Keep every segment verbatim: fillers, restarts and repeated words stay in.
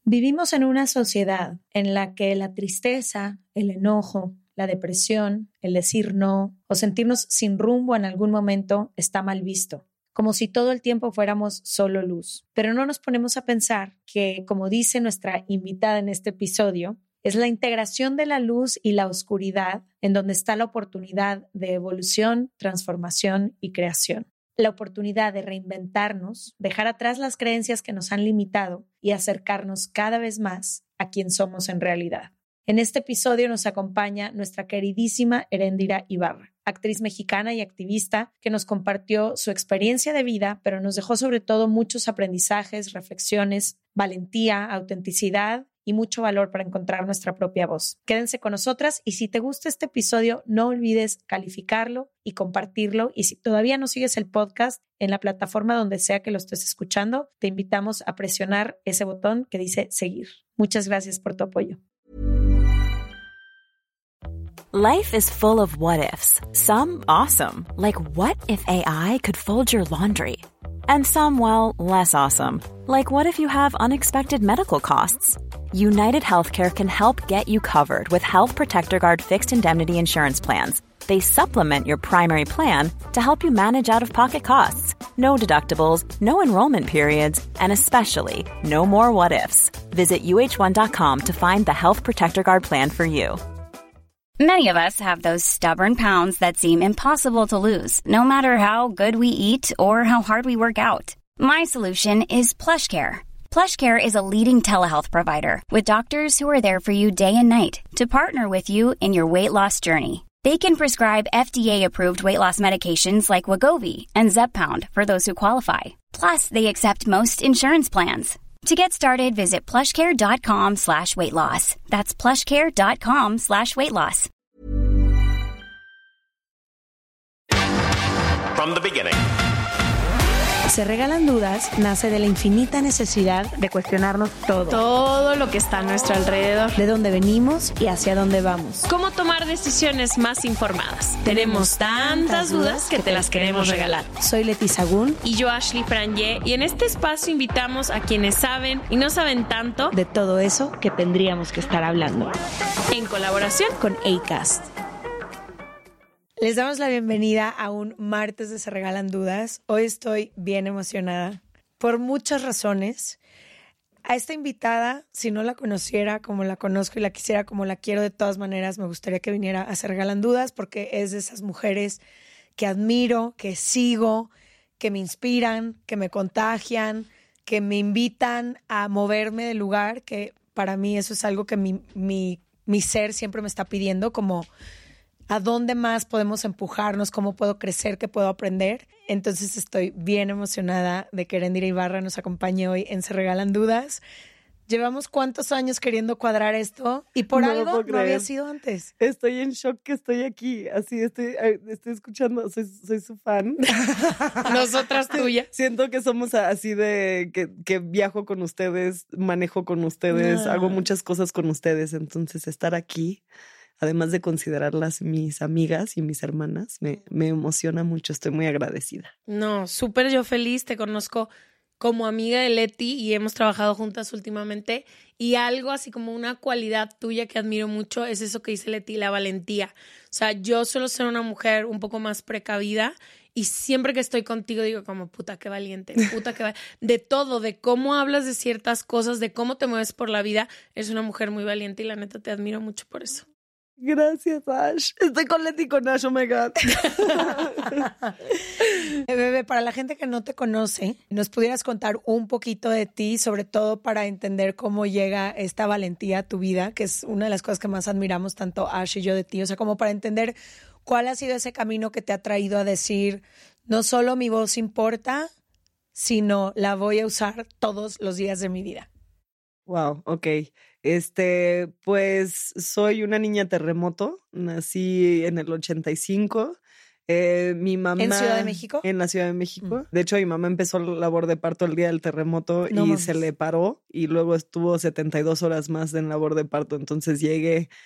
Vivimos en una sociedad en la que la tristeza, el enojo, la depresión, el decir no o sentirnos sin rumbo en algún momento está mal visto, como si todo el tiempo fuéramos solo luz. Pero no nos ponemos a pensar que, como dice nuestra invitada en este episodio, es la integración de la luz y la oscuridad en donde está la oportunidad de evolución, transformación y creación. La oportunidad de reinventarnos, dejar atrás las creencias que nos han limitado y acercarnos cada vez más a quien somos en realidad. En este episodio nos acompaña nuestra queridísima Eréndira Ibarra, actriz mexicana y activista que nos compartió su experiencia de vida, pero nos dejó sobre todo muchos aprendizajes, reflexiones, valentía, autenticidad y mucho valor para encontrar nuestra propia voz. Quédense con nosotras y si te gusta este episodio, no olvides calificarlo y compartirlo. Y si todavía no sigues el podcast en la plataforma donde sea que lo estés escuchando, te invitamos a presionar ese botón que dice seguir. Muchas gracias por tu apoyo. Life is full of what ifs. Some awesome, like what if A I could fold your laundry? And some, well, less awesome, like what if you have unexpected medical costs? United Healthcare can help get you covered with Health Protector Guard fixed indemnity insurance plans. They supplement your primary plan to help you manage out-of-pocket costs. No deductibles, no enrollment periods, and especially no more what-ifs. Visit U H one dot com to find the Health Protector Guard plan for you. Many of us have those stubborn pounds that seem impossible to lose, no matter how good we eat or how hard we work out. My solution is PlushCare. PlushCare is a leading telehealth provider with doctors who are there for you day and night to partner with you in your weight loss journey. They can prescribe F D A-approved weight loss medications like Wegovy and Zepbound for those who qualify. Plus, they accept most insurance plans. To get started, visit plushcare.com slash weight loss. That's plushcare.com slash weight loss. From the beginning. Se Regalan Dudas nace de la infinita necesidad de cuestionarnos todo. Todo lo que está a nuestro alrededor. De dónde venimos y hacia dónde vamos. Cómo tomar decisiones más informadas. Tenemos tantas dudas que te las queremos regalar. Soy Leti Sagún. Y yo, Ashley Franje. Y en este espacio invitamos a quienes saben y no saben tanto de todo eso que tendríamos que estar hablando. En colaboración con Acast. Les damos la bienvenida a un martes de Se Regalan Dudas. Hoy estoy bien emocionada por muchas razones. A esta invitada, si no la conociera como la conozco y la quisiera como la quiero de todas maneras, me gustaría que viniera a Se Regalan Dudas porque es de esas mujeres que admiro, que sigo, que me inspiran, que me contagian, que me invitan a moverme del lugar, que para mí eso es algo que mi, mi, mi ser siempre me está pidiendo, como ¿a dónde más podemos empujarnos? ¿Cómo puedo crecer? ¿Qué puedo aprender? Entonces estoy bien emocionada de que Eréndira Ibarra nos acompañe hoy en Se Regalan Dudas. Llevamos cuántos años queriendo cuadrar esto y por no algo no había sido antes. Estoy en shock que estoy aquí. Así estoy, estoy escuchando, soy, soy su fan. Nosotras tuyas. Siento que somos así de que, que viajo con ustedes, manejo con ustedes, no. hago muchas cosas con ustedes. Entonces estar aquí, además de considerarlas mis amigas y mis hermanas, me, me emociona mucho. Estoy muy agradecida. No, súper yo feliz. Te conozco como amiga de Leti y hemos trabajado juntas últimamente. Y algo así como una cualidad tuya que admiro mucho es eso que dice Leti, la valentía. O sea, yo suelo ser una mujer un poco más precavida y siempre que estoy contigo digo como puta qué valiente, puta qué valiente. De todo, de cómo hablas de ciertas cosas, de cómo te mueves por la vida. Eres una mujer muy valiente y la neta te admiro mucho por eso. Gracias, Ash. Estoy con Leti y con Ash, oh my God. Bebé, para la gente que no te conoce, ¿nos pudieras contar un poquito de ti, sobre todo para entender cómo llega esta valentía a tu vida, que es una de las cosas que más admiramos tanto Ash y yo de ti? O sea, como para entender cuál ha sido ese camino que te ha traído a decir, no solo mi voz importa, sino la voy a usar todos los días de mi vida. Wow, ok. Este, pues soy una niña terremoto. Nací en el ochenta y cinco. Eh, mi mamá... ¿En Ciudad de México? En la Ciudad de México. Mm. De hecho, mi mamá empezó la labor de parto el día del terremoto no y mames. se le paró y luego estuvo setenta y dos horas más en labor de parto. Entonces llegué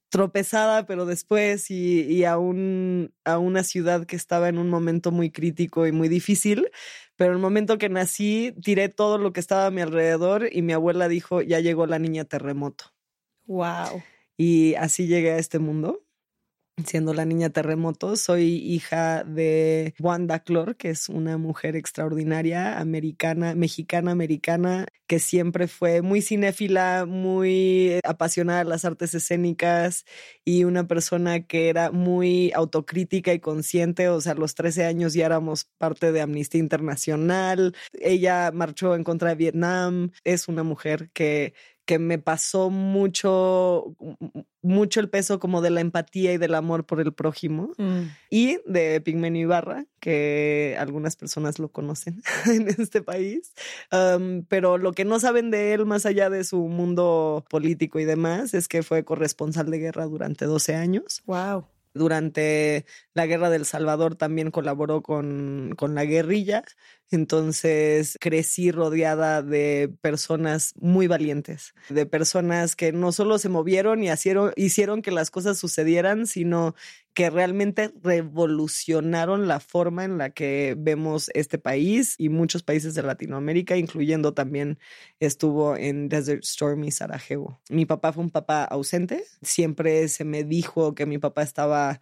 tropezada, pero después y, y a, un, a una ciudad que estaba en un momento muy crítico y muy difícil. Pero el momento que nací, tiré todo lo que estaba a mi alrededor y mi abuela dijo, ya llegó la niña terremoto. Wow. Y así llegué a este mundo, siendo la niña terremoto. Soy hija de Wanda Clor, que es una mujer extraordinaria, americana, mexicana-americana, que siempre fue muy cinéfila, muy apasionada de las artes escénicas y una persona que era muy autocrítica y consciente. O sea, a los trece años ya éramos parte de Amnistía Internacional. Ella marchó en contra de Vietnam. Es una mujer que... que me pasó mucho, mucho el peso como de la empatía y del amor por el prójimo. Mm. Y de Pigmenio Ibarra, que algunas personas lo conocen en este país. Um, pero lo que no saben de él, más allá de su mundo político y demás, es que fue corresponsal de guerra durante doce años. Wow. Durante la Guerra del Salvador también colaboró con, con la guerrilla. Entonces crecí rodeada de personas muy valientes, de personas que no solo se movieron y hicieron, hicieron que las cosas sucedieran, sino que realmente revolucionaron la forma en la que vemos este país y muchos países de Latinoamérica, incluyendo también estuvo en Desert Storm y Sarajevo. Mi papá fue un papá ausente. Siempre se me dijo que mi papá estaba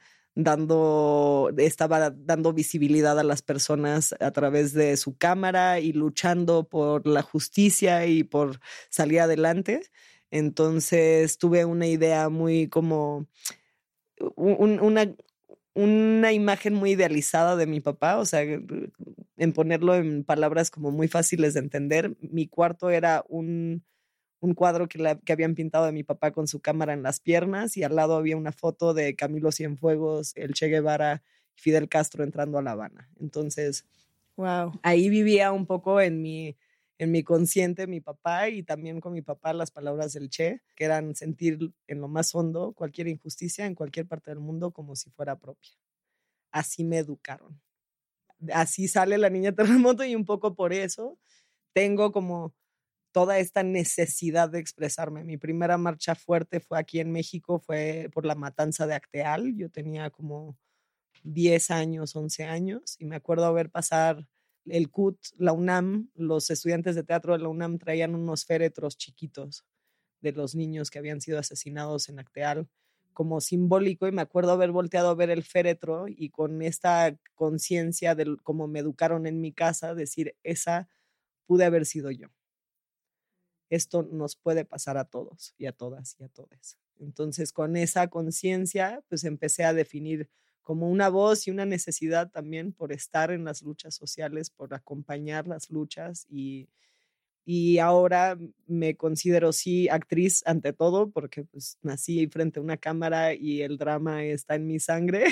dando, estaba dando visibilidad a las personas a través de su cámara y luchando por la justicia y por salir adelante. Entonces tuve una idea muy como un, una, una imagen muy idealizada de mi papá, o sea, en ponerlo en palabras como muy fáciles de entender. Mi cuarto era un un cuadro que, la, que habían pintado de mi papá con su cámara en las piernas y al lado había una foto de Camilo Cienfuegos, el Che Guevara y Fidel Castro entrando a La Habana. Entonces, wow. Ahí vivía un poco en mi, en mi consciente mi papá y también con mi papá las palabras del Che, que eran sentir en lo más hondo cualquier injusticia en cualquier parte del mundo como si fuera propia. Así me educaron. Así sale la niña terremoto y un poco por eso tengo como toda esta necesidad de expresarme. Mi primera marcha fuerte fue aquí en México, fue por la matanza de Acteal. Yo tenía como diez años, once años, y me acuerdo ver pasar el C U T, la UNAM, los estudiantes de teatro de la UNAM traían unos féretros chiquitos de los niños que habían sido asesinados en Acteal como simbólico, y me acuerdo haber volteado a ver el féretro y con esta conciencia de cómo me educaron en mi casa, decir, esa pude haber sido yo. Esto nos puede pasar a todos y a todas y a todes. Entonces, con esa conciencia, pues empecé a definir como una voz y una necesidad también por estar en las luchas sociales, por acompañar las luchas y, y ahora me considero sí actriz ante todo porque pues nací frente a una cámara y el drama está en mi sangre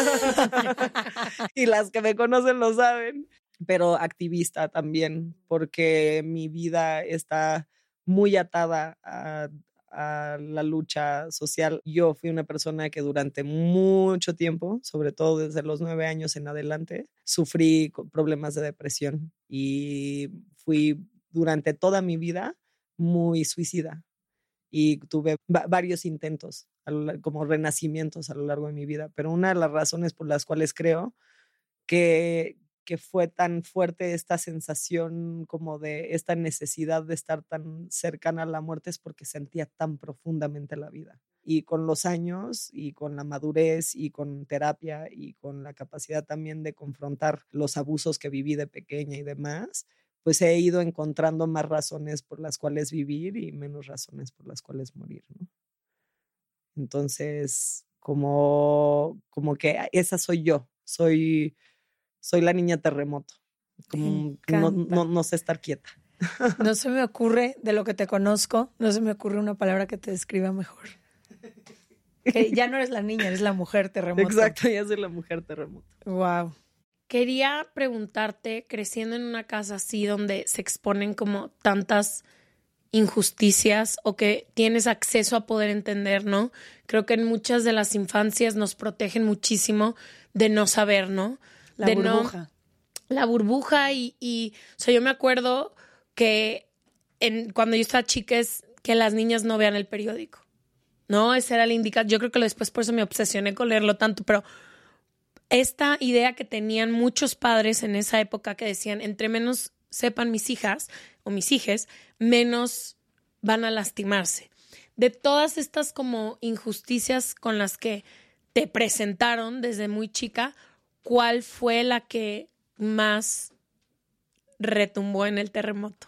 y las que me conocen lo saben, pero activista también porque mi vida está muy atada a, a la lucha social. Yo fui una persona que durante mucho tiempo, sobre todo desde los nueve años en adelante, sufrí problemas de depresión y fui durante toda mi vida muy suicida y tuve va- varios intentos a lo, como renacimientos a lo largo de mi vida, pero una de las razones por las cuales creo que que fue tan fuerte esta sensación como de esta necesidad de estar tan cercana a la muerte es porque sentía tan profundamente la vida. Y con los años y con la madurez y con terapia y con la capacidad también de confrontar los abusos que viví de pequeña y demás, pues he ido encontrando más razones por las cuales vivir y menos razones por las cuales morir, ¿no? Entonces, como, como que esa soy yo, soy... Soy la niña terremoto. Como no, no, no sé estar quieta. No se me ocurre, de lo que te conozco, no se me ocurre una palabra que te describa mejor. Que ya no eres la niña, eres la mujer terremoto. Exacto, ya soy la mujer terremoto. Wow. Quería preguntarte, creciendo en una casa así donde se exponen como tantas injusticias o que tienes acceso a poder entender, ¿no? Creo que en muchas de las infancias nos protegen muchísimo de no saber, ¿no? La de burbuja. No, la burbuja y, y, o sea, yo me acuerdo que en, cuando yo estaba chica es que las niñas no vean el periódico. ¿no? Ese era el indicador. Yo creo que después por eso me obsesioné con leerlo tanto, pero esta idea que tenían muchos padres en esa época que decían, entre menos sepan mis hijas o mis hijes, menos van a lastimarse. De todas estas como injusticias con las que te presentaron desde muy chica, ¿cuál fue la que más retumbó en el terremoto?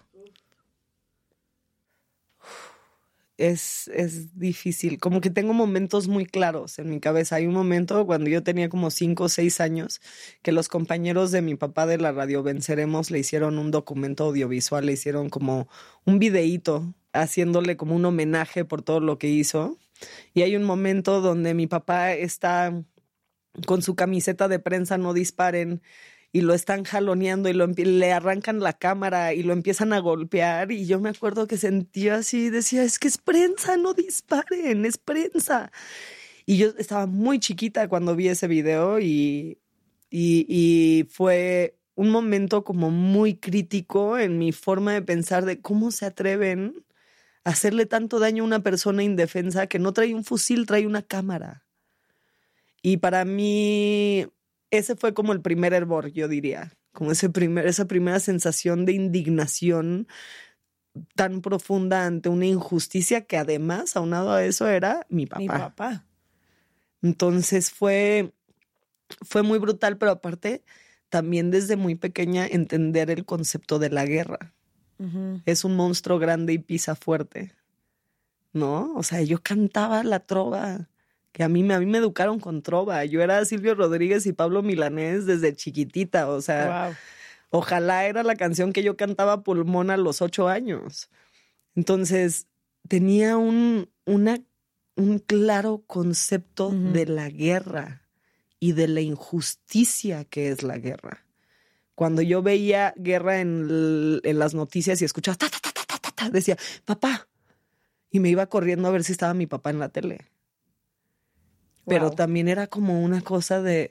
Es, es difícil, como que tengo momentos muy claros en mi cabeza. Hay un momento cuando yo tenía como cinco o seis años que los compañeros de mi papá de la radio Venceremos le hicieron un documento audiovisual, le hicieron como un videíto haciéndole como un homenaje por todo lo que hizo. Y hay un momento donde mi papá está con su camiseta de prensa No Disparen y lo están jaloneando y lo le arrancan la cámara y lo empiezan a golpear. Y yo me acuerdo que sentía así, decía, es que es prensa, no disparen, es prensa. Y yo estaba muy chiquita cuando vi ese video y, y, y fue un momento como muy crítico en mi forma de pensar de cómo se atreven a hacerle tanto daño a una persona indefensa que no trae un fusil, trae una cámara. Y para mí ese fue como el primer hervor, yo diría, como ese primer, esa primera sensación de indignación tan profunda ante una injusticia que además, aunado a eso, era mi papá. Mi papá. Entonces fue, fue muy brutal, pero aparte también desde muy pequeña entender el concepto de la guerra. Uh-huh. Es un monstruo grande y pisa fuerte, ¿no? O sea, yo cantaba la trova, que a mí, a mí me educaron con trova. Yo era Silvio Rodríguez y Pablo Milanés desde chiquitita, o sea, wow. Ojalá era la canción que yo cantaba pulmón a los ocho años. Entonces, tenía un, una, un claro concepto uh-huh. de la guerra y de la injusticia que es la guerra. Cuando yo veía guerra en, el, en las noticias y escuchaba ta, ta, ta, ta, ta, ta, decía, papá. Y me iba corriendo a ver si estaba mi papá en la tele. Wow. Pero también era como una cosa de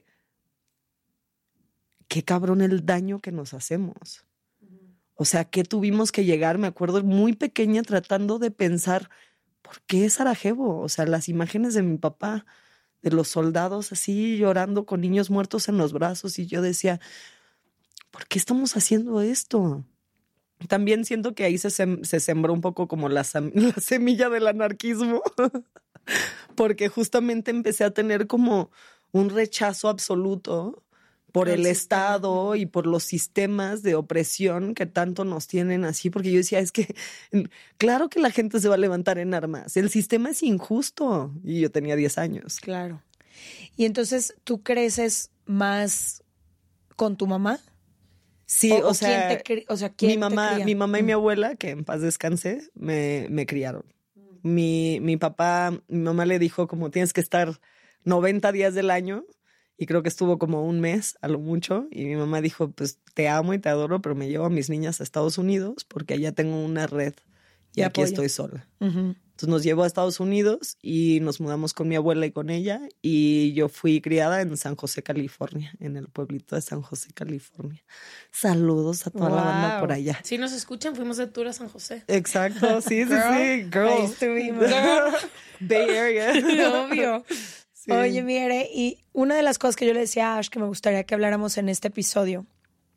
qué cabrón el daño que nos hacemos. Uh-huh. O sea, que tuvimos que llegar, me acuerdo, muy pequeña tratando de pensar, ¿por qué Sarajevo? O sea, las imágenes de mi papá, de los soldados así llorando con niños muertos en los brazos. Y yo decía, ¿por qué estamos haciendo esto? También siento que ahí se, sem- se sembró un poco como la, sem- la semilla del anarquismo. Porque justamente empecé a tener como un rechazo absoluto por el, el Estado y por los sistemas de opresión que tanto nos tienen así, porque yo decía, es que claro que la gente se va a levantar en armas, el sistema es injusto, y yo tenía diez años. Claro. Y entonces, ¿tú creces más con tu mamá? Sí, o, o sea, ¿quién te cri- o sea, ¿quién mi mamá, te cría? mi mamá y mi abuela, que en paz descanse, me, me criaron. Mi, mi papá, mi mamá le dijo como tienes que estar noventa días del año y creo que estuvo como un mes a lo mucho y mi mamá dijo pues te amo y te adoro pero me llevo a mis niñas a Estados Unidos porque allá tengo una red y aquí apoyo. Estoy sola. Uh-huh. Entonces nos llevó a Estados Unidos y nos mudamos con mi abuela y con ella y yo fui criada en San José, California, en el pueblito de San José, California. Saludos a toda wow. la banda por allá. Si nos escuchan, fuimos de tour a San José. Exacto, sí, sí, Girl, sí. Girl. Ahí estuvimos. Bay Area. Obvio. Sí. Oye, Miere, y una de las cosas que yo le decía a Ash que me gustaría que habláramos en este episodio.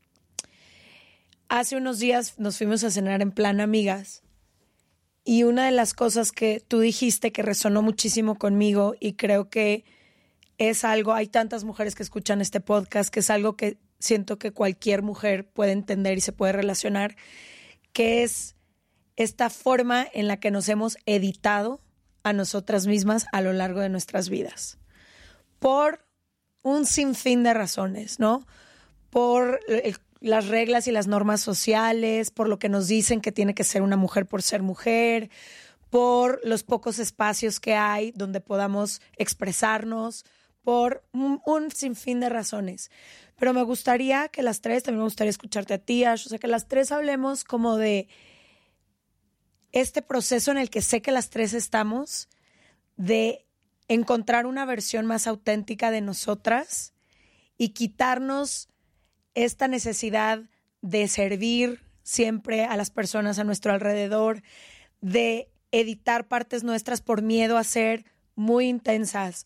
Hace unos días nos fuimos a cenar en plan amigas. Y una de las cosas que tú dijiste que resonó muchísimo conmigo y creo que es algo, hay tantas mujeres que escuchan este podcast, que es algo que siento que cualquier mujer puede entender y se puede relacionar, que es esta forma en la que nos hemos editado a nosotras mismas a lo largo de nuestras vidas. Por un sinfín de razones, ¿no? Por el las reglas y las normas sociales, por lo que nos dicen que tiene que ser una mujer por ser mujer, por los pocos espacios que hay donde podamos expresarnos, por un, un sinfín de razones. Pero me gustaría que las tres, también me gustaría escucharte a ti, Ash, o sea, que las tres hablemos como de este proceso en el que sé que las tres estamos, de encontrar una versión más auténtica de nosotras y quitarnos esta necesidad de servir siempre a las personas a nuestro alrededor, de editar partes nuestras por miedo a ser muy intensas,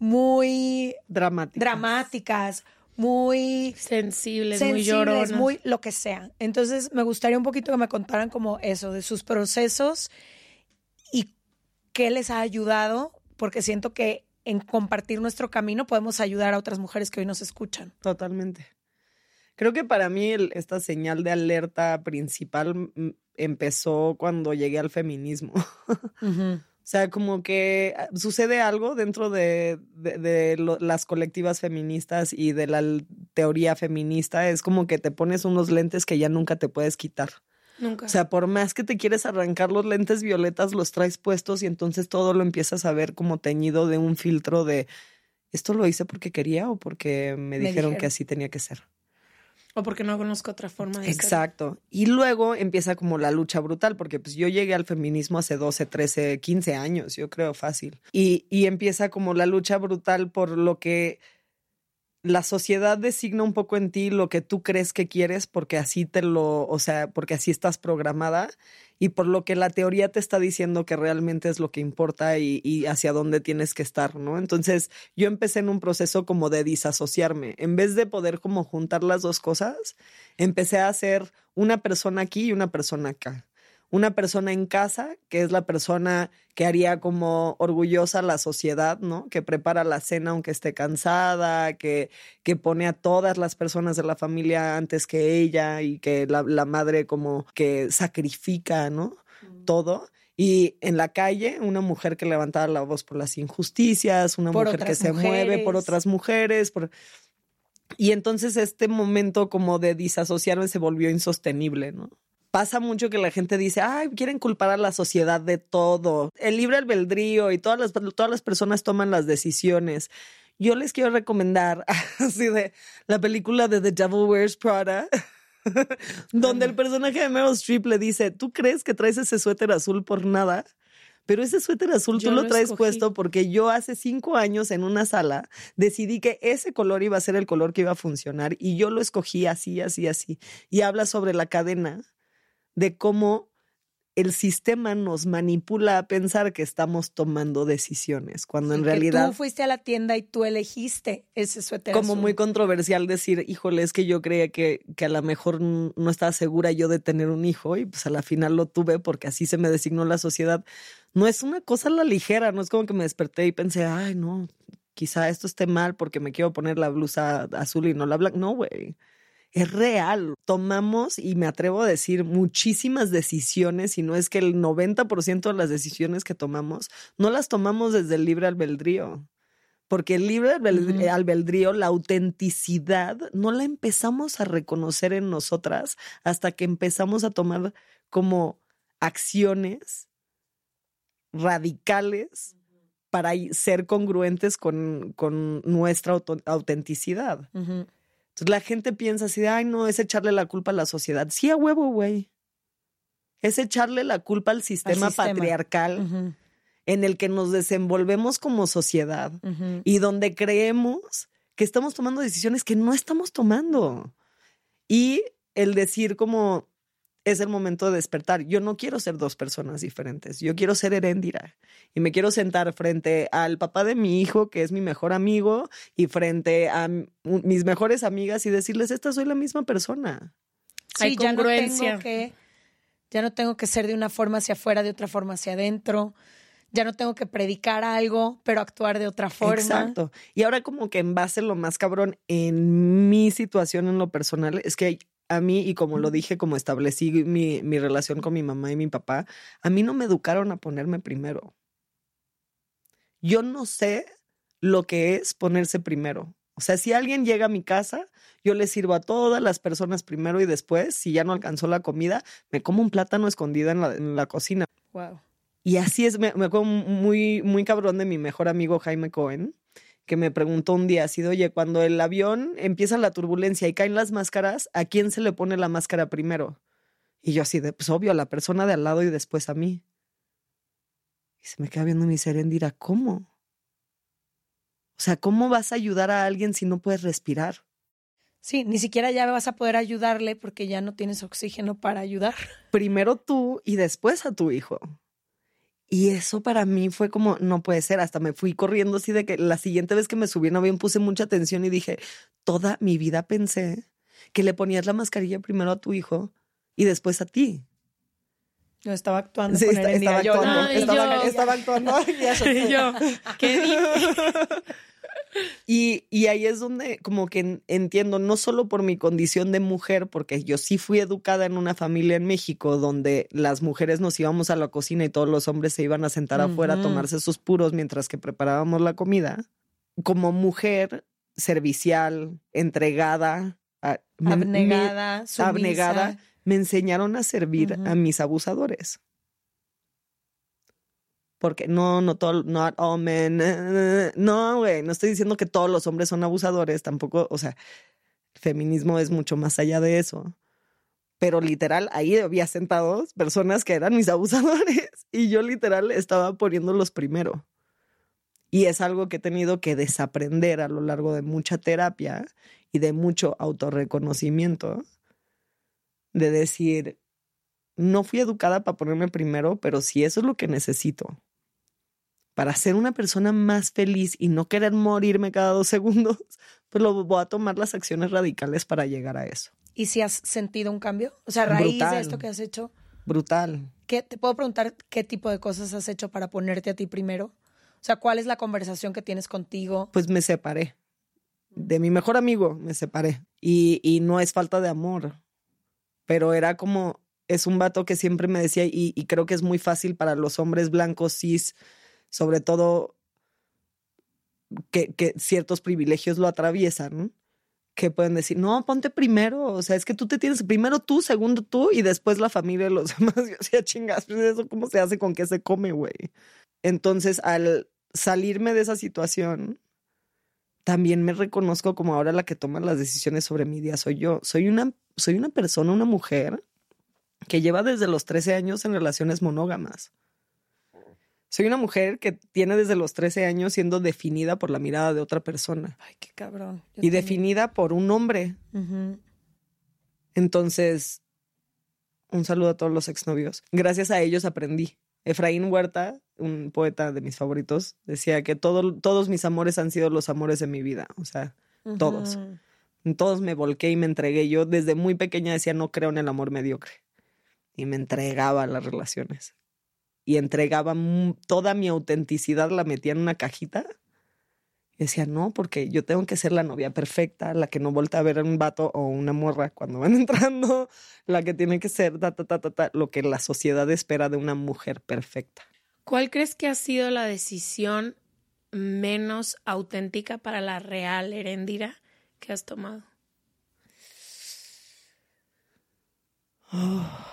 muy dramáticas, dramáticas muy sensibles, sensibles, muy lloronas, muy lo que sea. Entonces me gustaría un poquito que me contaran como eso, de sus procesos y qué les ha ayudado, porque siento que en compartir nuestro camino podemos ayudar a otras mujeres que hoy nos escuchan. Totalmente. Creo que para mí el, esta señal de alerta principal m- empezó cuando llegué al feminismo. Uh-huh. O sea, como que sucede algo dentro de, de, de lo, las colectivas feministas y de la teoría feminista. Es como que te pones unos lentes que ya nunca te puedes quitar. Nunca. O sea, por más que te quieres arrancar los lentes violetas, los traes puestos y entonces todo lo empiezas a ver como teñido de un filtro de ¿esto lo hice porque quería o porque me, me dijeron, dijeron que así tenía que ser? O porque no conozco otra forma de Exacto. Ser. Y luego empieza como la lucha brutal, porque pues yo llegué al feminismo hace doce, trece, quince años, yo creo fácil. Y, y empieza como la lucha brutal por lo que la sociedad designa un poco en ti lo que tú crees que quieres, porque así te lo, o sea, porque así estás programada, y por lo que la teoría te está diciendo que realmente es lo que importa y, y hacia dónde tienes que estar, ¿no? Entonces yo empecé en un proceso como de disasociarme. En vez de poder como juntar las dos cosas, empecé a ser una persona aquí y una persona acá. Una persona en casa, que es la persona que haría como orgullosa a la sociedad, ¿no? Que prepara la cena aunque esté cansada, que, que pone a todas las personas de la familia antes que ella y que la, la madre como que sacrifica, ¿no? Mm. Todo. Y en la calle, una mujer que levantaba la voz por las injusticias, una por mujer que se mujeres. mueve por otras mujeres, por... Y entonces este momento como de disasociarme se volvió insostenible, ¿no? Pasa mucho que la gente dice, ay, quieren culpar a la sociedad de todo. El libre albedrío y todas las, todas las personas toman las decisiones. Yo les quiero recomendar así de la película de The Devil Wears Prada, donde el personaje de Meryl Streep le dice, ¿tú crees que traes ese suéter azul por nada? Pero ese suéter azul yo tú lo, lo traes escogí. Puesto porque yo hace cinco años en una sala decidí que ese color iba a ser el color que iba a funcionar y yo lo escogí así, así, así. Y habla sobre la cadena de cómo el sistema nos manipula a pensar que estamos tomando decisiones, cuando sí, en realidad... tú fuiste a la tienda y tú elegiste ese suéter Como azul. Muy controversial decir, híjole, es que yo creía que, que a lo mejor no estaba segura yo de tener un hijo y pues a la final lo tuve porque así se me designó la sociedad. No es una cosa a la ligera, no es como que me desperté y pensé, ay, no, quizá esto esté mal porque me quiero poner la blusa azul y no la blanca. No, güey. Es real. Tomamos, y me atrevo a decir, muchísimas decisiones, y no es que el noventa por ciento de las decisiones que tomamos, no las tomamos desde el libre albedrío. Porque el libre albedrío, uh-huh. albedrío, la autenticidad, no la empezamos a reconocer en nosotras hasta que empezamos a tomar como acciones radicales uh-huh. para ser congruentes con, con nuestra aut- autenticidad. Uh-huh. Entonces la gente piensa así de, ay, no, es echarle la culpa a la sociedad. Sí, a huevo, güey. Es echarle la culpa al sistema, al sistema. patriarcal uh-huh. en el que nos desenvolvemos como sociedad uh-huh. y donde creemos que estamos tomando decisiones que no estamos tomando. Y el decir como, es el momento de despertar. Yo no quiero ser dos personas diferentes. Yo quiero ser Heréndira. Y me quiero sentar frente al papá de mi hijo, que es mi mejor amigo, y frente a m- mis mejores amigas y decirles, esta soy la misma persona. Sí, Hay congruencia. Ya no tengo que, ya no tengo que ser de una forma hacia afuera, de otra forma hacia adentro. Ya no tengo que predicar algo, pero actuar de otra forma. Exacto. Y ahora como que en base lo más cabrón en mi situación en lo personal es que a mí, y como lo dije, como establecí mi, mi relación con mi mamá y mi papá, a mí no me educaron a ponerme primero. Yo no sé lo que es ponerse primero. O sea, si alguien llega a mi casa, yo le sirvo a todas las personas primero y después, si ya no alcanzó la comida, me como un plátano escondido en la, en la cocina. Wow. Y así es, me, me acuerdo muy, muy cabrón de mi mejor amigo Jaime Cohen, que me preguntó un día así de, oye, cuando el avión empieza la turbulencia y caen las máscaras, ¿a quién se le pone la máscara primero? Y yo así de, pues obvio, a la persona de al lado y después a mí. Y se me queda viendo mi Heréndira, ¿cómo? O sea, ¿cómo vas a ayudar a alguien si no puedes respirar? Sí, ni siquiera ya vas a poder ayudarle porque ya no tienes oxígeno para ayudar. Primero tú y después a tu hijo. Y eso para mí fue como, no puede ser. Hasta me fui corriendo así de que la siguiente vez que me subí en avión puse mucha atención y dije, toda mi vida pensé que le ponías la mascarilla primero a tu hijo y después a ti. Yo estaba actuando Sí, con está, él en estaba, día. actuando, no, y estaba, yo- estaba actuando. Y yo, ¿qué dije? Y, y ahí es donde como que entiendo, no solo por mi condición de mujer, porque yo sí fui educada en una familia en México donde las mujeres nos íbamos a la cocina y todos los hombres se iban a sentar uh-huh. afuera a tomarse sus puros mientras que preparábamos la comida. Como mujer servicial, entregada, a, abnegada, me, sumisa. abnegada, me enseñaron a servir uh-huh. a mis abusadores. Porque no, no todo, not all men. No, güey, no estoy diciendo que todos los hombres son abusadores, tampoco, o sea, el feminismo es mucho más allá de eso. Pero literal, ahí había sentados personas que eran mis abusadores y yo literal estaba poniéndolos primero. Y es algo que he tenido que desaprender a lo largo de mucha terapia y de mucho autorreconocimiento, de decir, no fui educada para ponerme primero, pero si eso es lo que necesito para ser una persona más feliz y no querer morirme cada dos segundos, pues lo voy a tomar las acciones radicales para llegar a eso. ¿Y si has sentido un cambio? O sea, a raíz Brutal. de esto que has hecho. Brutal. ¿Qué, ¿Te puedo preguntar qué tipo de cosas has hecho para ponerte a ti primero? O sea, ¿cuál es la conversación que tienes contigo? Pues me separé. De mi mejor amigo me separé. Y, y no es falta de amor, pero era como, es un vato que siempre me decía, y, y creo que es muy fácil para los hombres blancos, cis, sobre todo que, que ciertos privilegios lo atraviesan, ¿no? Que pueden decir, no, ponte primero, o sea, es que tú te tienes primero tú, segundo tú y después la familia y los demás. Yo decía, chingas, pues eso cómo se hace, con qué se come, güey. Entonces, al salirme de esa situación, también me reconozco como ahora la que toma las decisiones sobre mi día soy yo. Soy una, soy una persona, una mujer que lleva desde los trece años en relaciones monógamas. Soy una mujer que tiene desde los trece años siendo definida por la mirada de otra persona. Ay, qué cabrón. Yo y también. definida por un hombre. Uh-huh. Entonces, un saludo a todos los exnovios. Gracias a ellos aprendí. Efraín Huerta, un poeta de mis favoritos, decía que todo, todos mis amores han sido los amores de mi vida. O sea, uh-huh. todos. En todos me volqué y me entregué. Yo desde muy pequeña decía, no creo en el amor mediocre. Y me entregaba a las relaciones. Y entregaba toda mi autenticidad, la metía en una cajita. Y decía, no, porque yo tengo que ser la novia perfecta, la que no voltea a ver a un vato o una morra cuando van entrando, la que tiene que ser ta, ta, ta, ta, ta, lo que la sociedad espera de una mujer perfecta. ¿Cuál crees que ha sido la decisión menos auténtica para la real Eréndira que has tomado? Oh.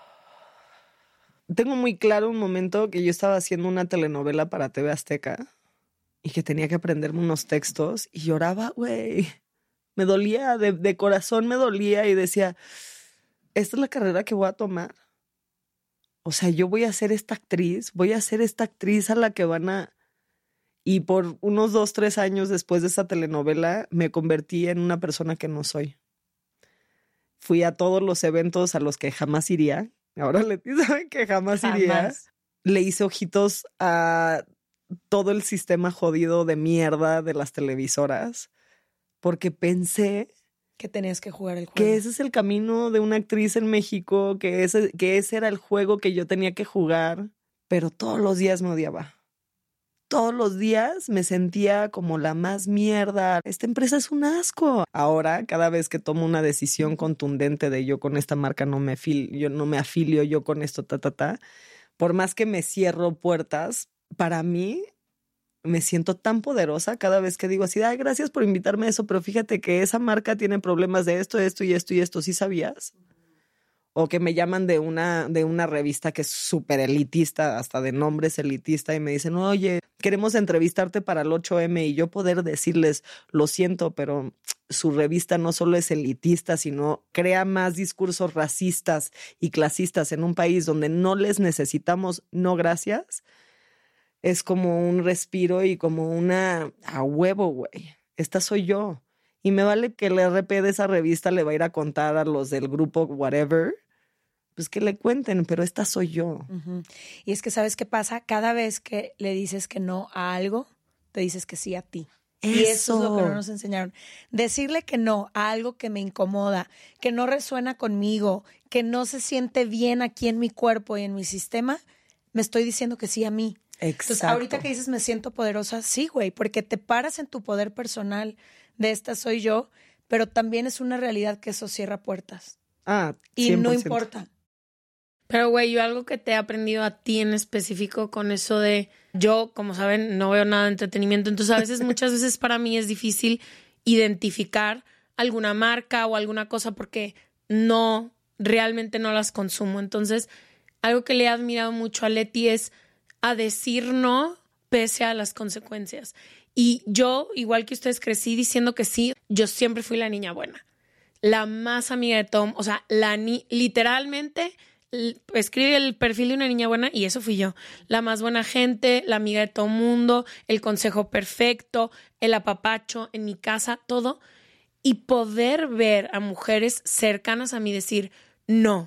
Tengo muy claro un momento que yo estaba haciendo una telenovela para T V Azteca y que tenía que aprenderme unos textos y lloraba, güey. Me dolía, de, de corazón me dolía y decía, esta es la carrera que voy a tomar. O sea, yo voy a ser esta actriz, voy a ser esta actriz a la que van a... Y por unos dos, tres años después de esa telenovela me convertí en una persona que no soy. Fui a todos los eventos a los que jamás iría. Ahora Leti sabe que jamás, jamás iría. Le hice ojitos a todo el sistema jodido de mierda de las televisoras porque pensé que tenías que jugar el juego. Que ese es el camino de una actriz en México, que ese, que ese era el juego que yo tenía que jugar, pero todos los días me odiaba. Todos los días me sentía como la más mierda. Esta empresa es un asco. Ahora, cada vez que tomo una decisión contundente de yo con esta marca no me afilio, yo no me afilio, yo con esto, ta, ta, ta, por más que me cierro puertas, para mí me siento tan poderosa cada vez que digo así, ay, gracias por invitarme a eso, pero fíjate que esa marca tiene problemas de esto, esto y esto y esto, ¿sí sabías? O que me llaman de una, de una revista que es súper elitista, hasta de nombre es elitista, y me dicen, oye, queremos entrevistarte para el ocho eme, y yo poder decirles, lo siento, pero su revista no solo es elitista, sino crea más discursos racistas y clasistas en un país donde no les necesitamos, no gracias. Es como un respiro y como una, a huevo, güey, esta soy yo. Y me vale que el erre pe de esa revista le va a ir a contar a los del grupo whatever pues que le cuenten, pero esta soy yo. Uh-huh. Y es que, ¿sabes qué pasa? Cada vez que le dices que no a algo, te dices que sí a ti. Eso. Y eso es lo que no nos enseñaron. Decirle que no a algo que me incomoda, que no resuena conmigo, que no se siente bien aquí en mi cuerpo y en mi sistema, me estoy diciendo que sí a mí. Exacto. Entonces, ahorita que dices me siento poderosa, sí, güey, porque te paras en tu poder personal de esta soy yo, pero también es una realidad que eso cierra puertas. Ah, y cien por ciento. no importa. Pero, güey, yo algo que te he aprendido a ti en específico con eso de... Yo, como saben, no veo nada de entretenimiento. Entonces, a veces, muchas veces para mí es difícil identificar alguna marca o alguna cosa porque no, realmente no las consumo. Entonces, algo que le he admirado mucho a Leti es a decir no pese a las consecuencias. Y yo, igual que ustedes, crecí diciendo que sí. Yo siempre fui la niña buena. La más amiga de Tom. O sea, la ni- literalmente... escribe el perfil de una niña buena y eso fui yo. La más buena gente, la amiga de todo mundo, el consejo perfecto, el apapacho en mi casa, todo. Y poder ver a mujeres cercanas a mí decir no.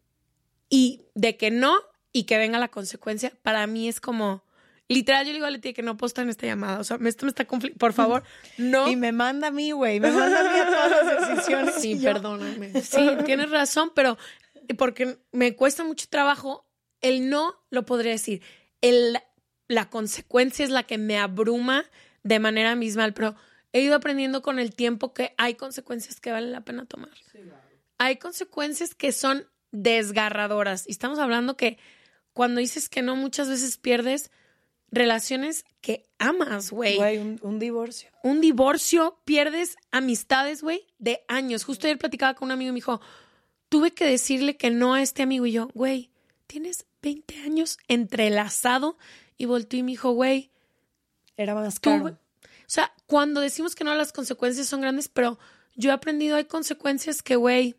Y de que no y que venga la consecuencia, para mí es como... Literal, yo le digo a Leti que no posta en esta llamada. O sea, esto me está conflicto. Por favor, no. Y me manda a mí, güey. Me manda a mí a todas las decisiones. Sí, perdóname. Sí, tienes razón, pero... porque me cuesta mucho trabajo, el no lo podría decir. El, la consecuencia es la que me abruma de manera abismal, pero he ido aprendiendo con el tiempo que hay consecuencias que vale la pena tomar. Sí, claro. Hay consecuencias que son desgarradoras. Y estamos hablando que cuando dices que no, muchas veces pierdes relaciones que amas, güey. Güey, un, un divorcio. Un divorcio, pierdes amistades, güey, de años. Justo ayer platicaba con un amigo y me dijo... Tuve que decirle que no a este amigo y yo, güey, tienes veinte años entrelazado y volteó y me dijo, güey, era más caro. Tú, o sea, cuando decimos que no, las consecuencias son grandes, pero yo he aprendido, hay consecuencias que, güey,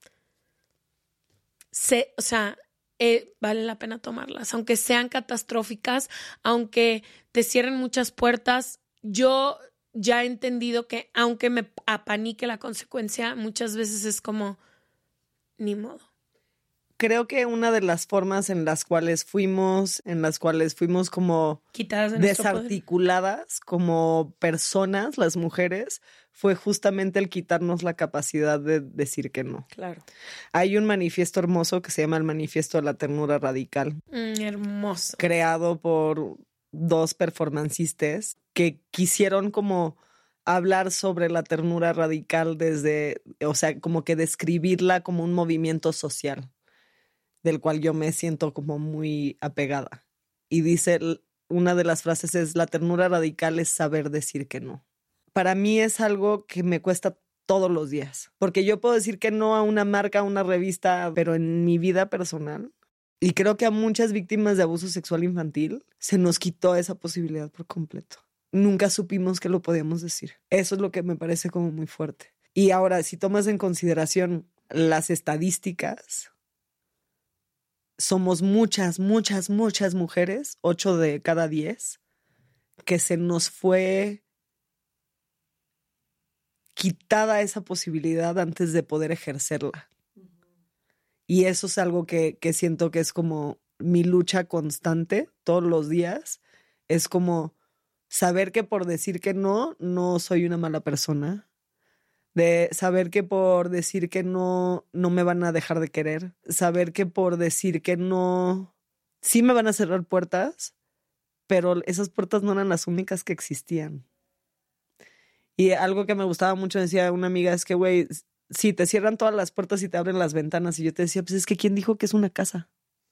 se, o sea, eh, vale la pena tomarlas, aunque sean catastróficas, aunque te cierren muchas puertas. Yo ya he entendido que aunque me apanique la consecuencia, muchas veces es como... ni modo. Creo que una de las formas en las cuales fuimos, en las cuales fuimos como quitadas de desarticuladas como personas, las mujeres, fue justamente el quitarnos la capacidad de decir que no. Claro. Hay un manifiesto hermoso que se llama el Manifiesto de la Ternura Radical. Mm, hermoso. Creado por dos performancistas que quisieron como... hablar sobre la ternura radical desde, o sea, como que describirla como un movimiento social del cual yo me siento como muy apegada. Y dice, una de las frases es, la ternura radical es saber decir que no. Para mí es algo que me cuesta todos los días, porque yo puedo decir que no a una marca, a una revista, pero en mi vida personal, y creo que a muchas víctimas de abuso sexual infantil se nos quitó esa posibilidad por completo. Nunca supimos que lo podíamos decir. Eso es lo que me parece como muy fuerte. Y ahora, si tomas en consideración las estadísticas, somos muchas, muchas, muchas mujeres, ocho de cada diez, que se nos fue quitada esa posibilidad antes de poder ejercerla. Uh-huh. Y eso es algo que, que siento que es como mi lucha constante todos los días. Es como... saber que por decir que no, no soy una mala persona. De saber que por decir que no, no me van a dejar de querer. Saber que por decir que no, sí me van a cerrar puertas, pero esas puertas no eran las únicas que existían. Y algo que me gustaba mucho, decía una amiga, es que, güey, si te cierran todas las puertas y te abren las ventanas. Y yo te decía, pues es que ¿quién dijo que es una casa?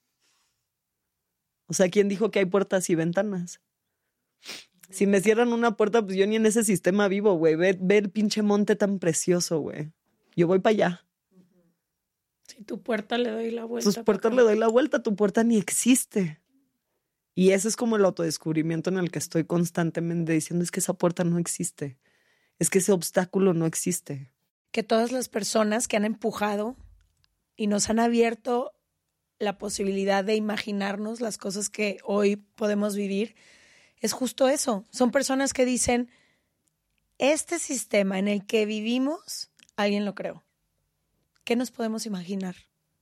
O sea, ¿quién dijo que hay puertas y ventanas? Si me cierran una puerta, pues yo ni en ese sistema vivo, güey. Ve, ve el pinche monte tan precioso, güey. Yo voy para allá. Si tu puerta le doy la vuelta. Tus puertas le doy la vuelta, tu puerta ni existe. Y ese es como el autodescubrimiento en el que estoy constantemente diciendo, es que esa puerta no existe. Es que ese obstáculo no existe. Que todas las personas que han empujado y nos han abierto la posibilidad de imaginarnos las cosas que hoy podemos vivir, es justo eso. Son personas que dicen, este sistema en el que vivimos, alguien lo creó. ¿Qué nos podemos imaginar?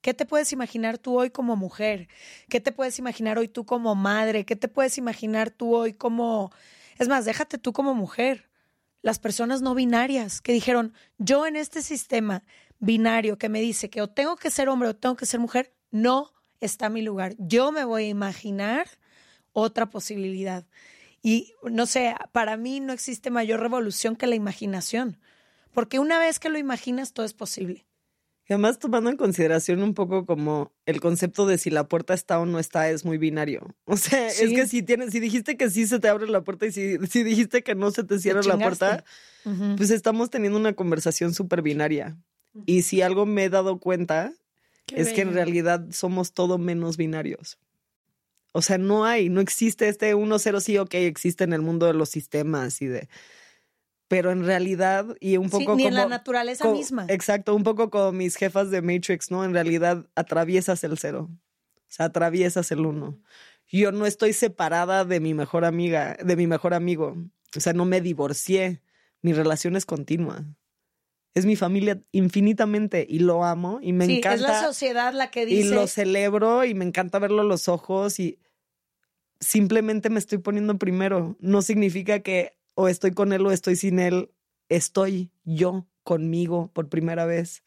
¿Qué te puedes imaginar tú hoy como mujer? ¿Qué te puedes imaginar hoy tú como madre? ¿Qué te puedes imaginar tú hoy como... Es más, déjate tú como mujer. Las personas no binarias que dijeron, yo en este sistema binario que me dice que o tengo que ser hombre o tengo que ser mujer, no está mi lugar. Yo me voy a imaginar otra posibilidad. Y no sé, para mí no existe mayor revolución que la imaginación. Porque una vez que lo imaginas, todo es posible. Y además, tomando en consideración un poco como el concepto de si la puerta está o no está, es muy binario. O sea, sí. Es que si tienes, si dijiste que sí se te abre la puerta y si, si dijiste que no se te cierra la puerta, uh-huh. pues estamos teniendo una conversación súper binaria. Uh-huh. Y si algo me he dado cuenta, Qué es bello. Que en realidad somos todo menos binarios. O sea, no hay, no existe este uno cero sí, ok, existe en el mundo de los sistemas y de... Pero en realidad, y un poco sí, como... ni en la naturaleza como, misma. Exacto, un poco como mis jefas de Matrix, ¿no? En realidad atraviesas el cero. O sea, atraviesas el uno. Yo no estoy separada de mi mejor amiga, de mi mejor amigo. O sea, no me divorcié. Mi relación es continua. Es mi familia infinitamente y lo amo y me sí, encanta. Es la sociedad la que dice... Y lo celebro y me encanta verlo a los ojos y simplemente me estoy poniendo primero. No significa que o estoy con él o estoy sin él. Estoy yo conmigo por primera vez.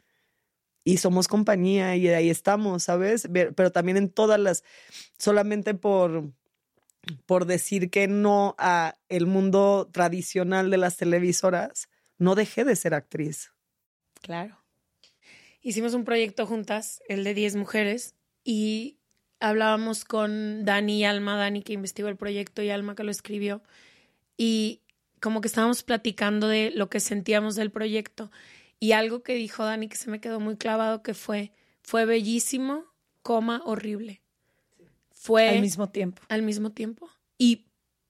Y somos compañía y ahí estamos, ¿sabes? Pero también en todas las... Solamente por, por decir que no a el mundo tradicional de las televisoras, no dejé de ser actriz. Claro. Hicimos un proyecto juntas, el de diez mujeres, y hablábamos con Dani y Alma, Dani que investigó el proyecto y Alma que lo escribió, y como que estábamos platicando de lo que sentíamos del proyecto, y algo que dijo Dani que se me quedó muy clavado, que fue, fue bellísimo, coma, horrible. Sí. Fue... Al mismo tiempo. Al mismo tiempo. Y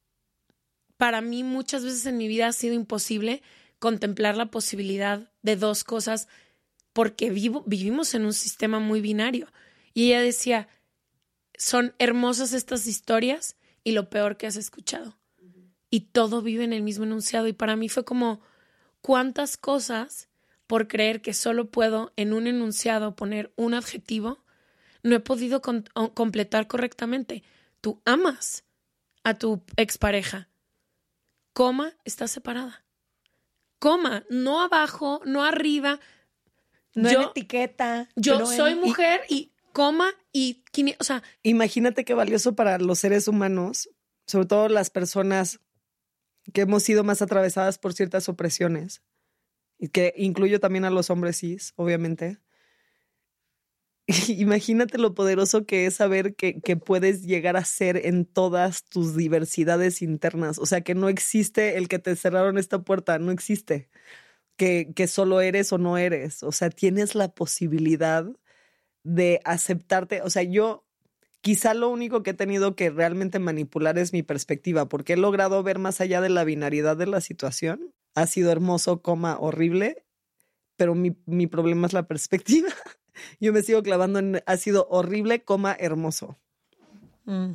para mí muchas veces en mi vida ha sido imposible contemplar la posibilidad de dos cosas porque vivo, vivimos en un sistema muy binario. Y ella decía, son hermosas estas historias y lo peor que has escuchado. Uh-huh. Y todo vive en el mismo enunciado. Y para mí fue como, ¿cuántas cosas por creer que solo puedo en un enunciado poner un adjetivo no he podido con- completar correctamente? Tú amas a tu expareja. Coma, está separada. Coma, no abajo, no arriba. No yo, en etiqueta. Yo soy en... mujer y, y coma y... O sea, imagínate qué valioso para los seres humanos, sobre todo las personas que hemos sido más atravesadas por ciertas opresiones, y que incluyo también a los hombres cis, obviamente. Imagínate lo poderoso que es saber que, que puedes llegar a ser en todas tus diversidades internas. O sea, que no existe el que te cerraron esta puerta, no existe. Que, que solo eres o no eres. O sea, tienes la posibilidad de aceptarte. O sea, yo quizá lo único que he tenido que realmente manipular es mi perspectiva, porque he logrado ver más allá de la binariedad de la situación. Ha sido hermoso, coma, horrible, pero mi, mi problema es la perspectiva. Yo me sigo clavando en ha sido horrible, coma, hermoso. Mm.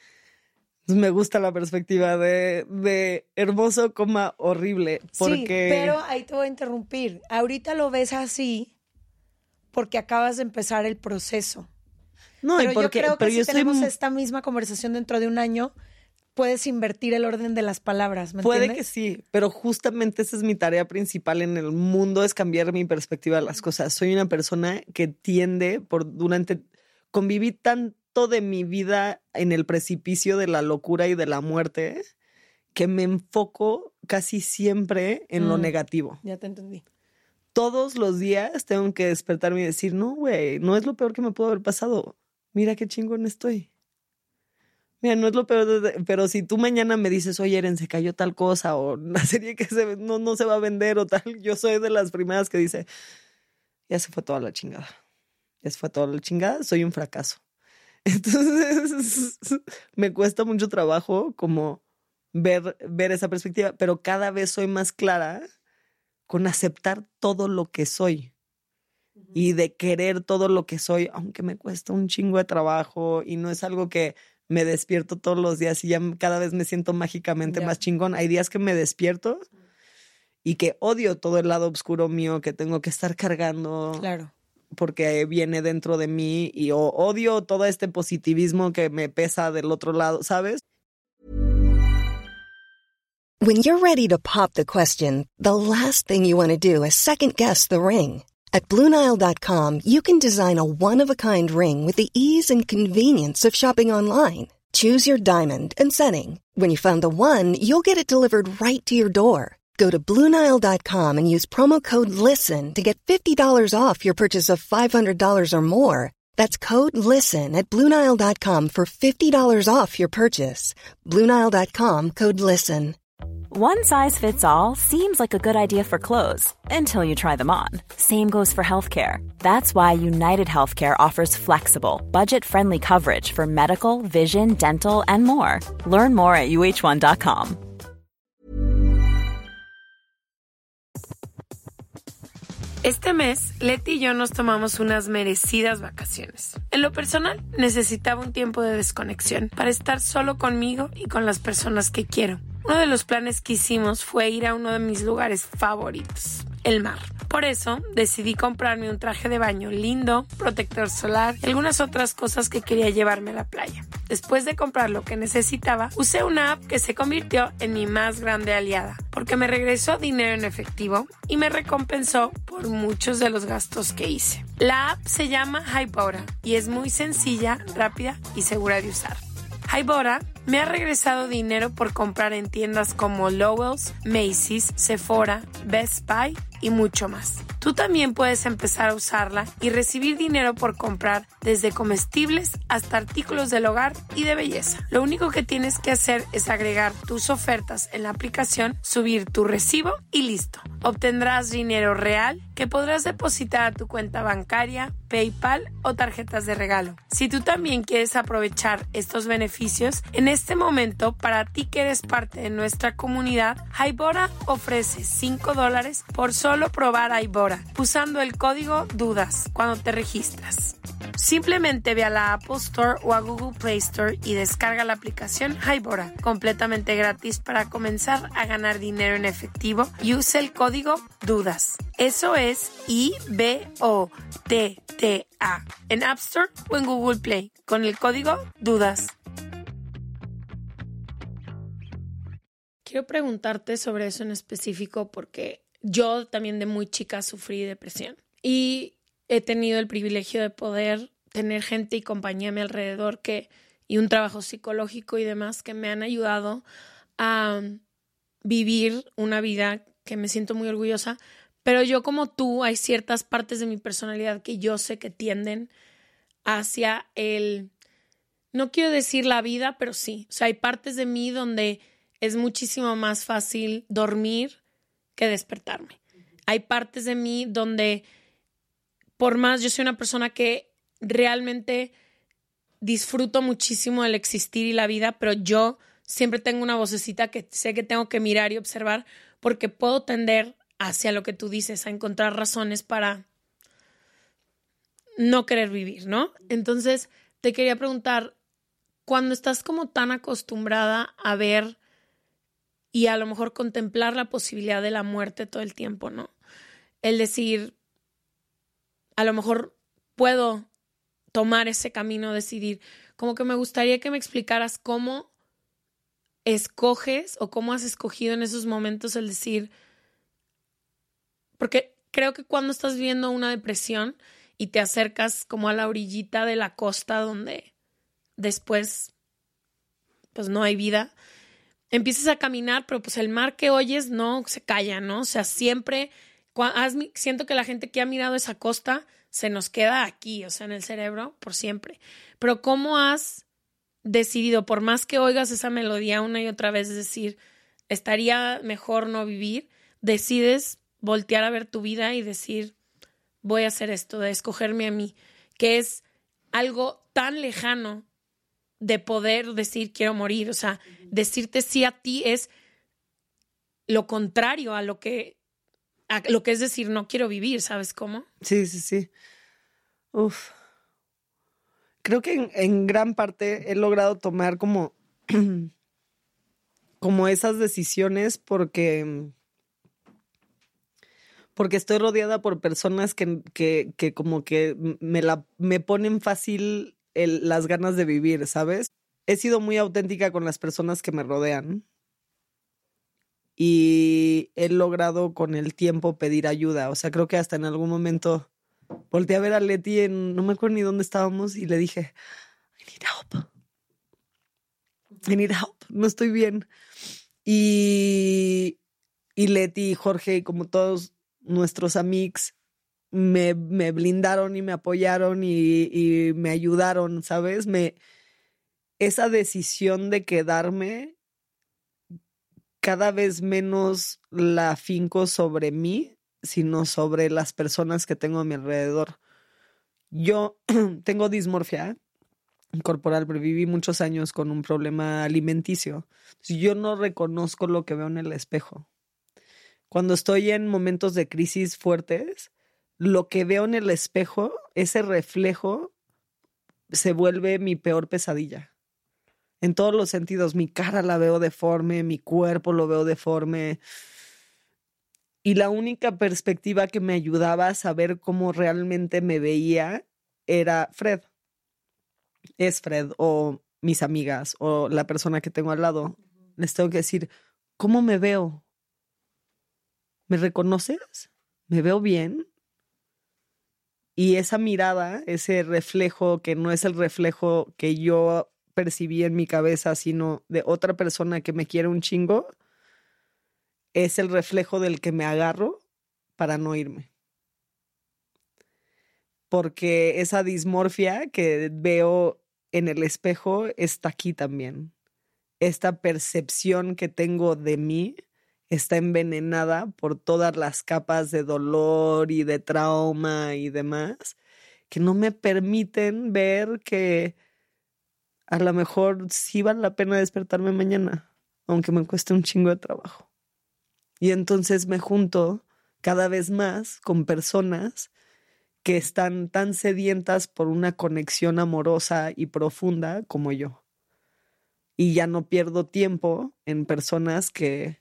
Me gusta la perspectiva de, de hermoso, coma, horrible. Porque... Sí, pero ahí te voy a interrumpir. Ahorita lo ves así porque acabas de empezar el proceso. No, pero y porque, yo creo que pero si yo tenemos soy... esta misma conversación dentro de un año, puedes invertir el orden de las palabras, ¿me Puede entiendes? que sí, pero justamente esa es mi tarea principal en el mundo, es cambiar mi perspectiva de las cosas. Soy una persona que tiende, por durante, conviví tanto de mi vida en el precipicio de la locura y de la muerte, que me enfoco casi siempre en mm, lo negativo. Ya te entendí. Todos los días tengo que despertarme y decir, no, güey, no es lo peor que me pudo haber pasado. Mira qué chingón estoy. Mira, no es lo peor, de, pero si tú mañana me dices, oye, Eren, se cayó tal cosa, o la serie que se, no, no se va a vender, o tal, yo soy de las primeras que dice, ya se fue toda la chingada. Ya se fue toda la chingada, soy un fracaso. Entonces, me cuesta mucho trabajo como ver, ver esa perspectiva, pero cada vez soy más clara con aceptar todo lo que soy. Uh-huh. Y de querer todo lo que soy, aunque me cuesta un chingo de trabajo y no es algo que me despierto todos los días y ya cada vez me siento mágicamente yeah. más chingón. Hay días que me despierto y que odio todo el lado oscuro mío que tengo que estar cargando. Claro. porque viene dentro de mí y o, odio todo este positivismo que me pesa del otro lado, ¿sabes? When you're ready to pop the question, the last thing you want to do is second-guess the ring. At Blue Nile dot com, you can design a one-of-a-kind ring with the ease and convenience of shopping online. Choose your diamond and setting. When you find the one, you'll get it delivered right to your door. Go to Blue Nile dot com and use promo code LISTEN to get fifty dollars off your purchase of five hundred dollars or more. That's code LISTEN at Blue Nile dot com for fifty dollars off your purchase. Blue Nile dot com, code LISTEN. One size fits all seems like a good idea for clothes until you try them on. Same goes for healthcare. That's why United Healthcare offers flexible, budget-friendly coverage for medical, vision, dental, and more. Learn more at U H one dot com. Este mes, Leti y yo nos tomamos unas merecidas vacaciones. En lo personal, necesitaba un tiempo de desconexión para estar solo conmigo y con las personas que quiero. Uno de los planes que hicimos fue ir a uno de mis lugares favoritos, el mar. Por eso, decidí comprarme un traje de baño lindo, protector solar y algunas otras cosas que quería llevarme a la playa. Después de comprar lo que necesitaba, usé una app que se convirtió en mi más grande aliada, porque me regresó dinero en efectivo y me recompensó por muchos de los gastos que hice. La app se llama Hybora y es muy sencilla, rápida y segura de usar. Hybora me ha regresado dinero por comprar en tiendas como Lowell's, Macy's, Sephora, Best Buy y mucho más. Tú también puedes empezar a usarla y recibir dinero por comprar desde comestibles hasta artículos del hogar y de belleza. Lo único que tienes que hacer es agregar tus ofertas en la aplicación, subir tu recibo y listo. Obtendrás dinero real que podrás depositar a tu cuenta bancaria, PayPal o tarjetas de regalo. Si tú también quieres aprovechar estos beneficios, en este momento, para ti que eres parte de nuestra comunidad, Hybora ofrece cinco dólares por solo probar Hybora, usando el código DUDAS cuando te registras. Simplemente ve a la Apple Store o a Google Play Store y descarga la aplicación Hybora, completamente gratis para comenzar a ganar dinero en efectivo, y usa el código DUDAS. Eso es I B O T T A en App Store o en Google Play con el código DUDAS. Quiero preguntarte sobre eso en específico porque yo también de muy chica sufrí depresión y he tenido el privilegio de poder tener gente y compañía a mi alrededor que, y un trabajo psicológico y demás que me han ayudado a vivir una vida que me siento muy orgullosa. Pero yo, como tú, hay ciertas partes de mi personalidad que yo sé que tienden hacia el, no quiero decir la vida, pero sí. O sea, hay partes de mí donde es muchísimo más fácil dormir que despertarme. Hay partes de mí donde, por más, yo soy una persona que realmente disfruto muchísimo el existir y la vida, pero yo siempre tengo una vocecita que sé que tengo que mirar y observar porque puedo tender hacia lo que tú dices, a encontrar razones para no querer vivir, ¿no? Entonces, te quería preguntar, cuando estás como tan acostumbrada a ver y a lo mejor contemplar la posibilidad de la muerte todo el tiempo, ¿no? El decir, a lo mejor puedo tomar ese camino, decidir, como que me gustaría que me explicaras cómo escoges o cómo has escogido en esos momentos el decir, porque creo que cuando estás viviendo una depresión y te acercas como a la orillita de la costa donde después pues no hay vida, empiezas a caminar, pero pues el mar que oyes no se calla, ¿no? O sea, siempre, has, siento que la gente que ha mirado esa costa se nos queda aquí, o sea, en el cerebro por siempre. Pero ¿cómo has decidido, por más que oigas esa melodía una y otra vez, es decir, estaría mejor no vivir, decides voltear a ver tu vida y decir, voy a hacer esto, de escogerme a mí, que es algo tan lejano de poder decir quiero morir? O sea, decirte sí a ti es lo contrario a lo que, a lo que es decir no quiero vivir, ¿sabes cómo? Sí, sí, sí. Uf. Creo que en, en gran parte he logrado tomar como, como esas decisiones porque, porque estoy rodeada por personas que, que, que como que me, la, me ponen fácil el, las ganas de vivir, ¿sabes? He sido muy auténtica con las personas que me rodean y he logrado con el tiempo pedir ayuda. O sea, creo que hasta en algún momento volteé a ver a Leti en, no me acuerdo ni dónde estábamos, y le dije, I need help. I need help. No estoy bien. Y, y Leti y Jorge, y como todos nuestros amigos, me, me blindaron y me apoyaron y, y me ayudaron, ¿sabes? Me, esa decisión de quedarme cada vez menos la afinco sobre mí, sino sobre las personas que tengo a mi alrededor. Yo tengo dismorfia corporal, pero viví muchos años con un problema alimenticio. Yo no reconozco lo que veo en el espejo. Cuando estoy en momentos de crisis fuertes, lo que veo en el espejo, ese reflejo, se vuelve mi peor pesadilla. En todos los sentidos, mi cara la veo deforme, mi cuerpo lo veo deforme. Y la única perspectiva que me ayudaba a saber cómo realmente me veía era Fred. Es Fred o mis amigas o la persona que tengo al lado. Les tengo que decir, ¿cómo me veo? ¿Me reconoces? ¿Me veo bien? Y esa mirada, ese reflejo que no es el reflejo que yo percibí en mi cabeza, sino de otra persona que me quiere un chingo, es el reflejo del que me agarro para no irme. Porque esa dismorfia que veo en el espejo está aquí también. Esta percepción que tengo de mí está envenenada por todas las capas de dolor y de trauma y demás, que no me permiten ver que a lo mejor sí vale la pena despertarme mañana, aunque me cueste un chingo de trabajo. Y entonces me junto cada vez más con personas que están tan sedientas por una conexión amorosa y profunda como yo. Y ya no pierdo tiempo en personas que,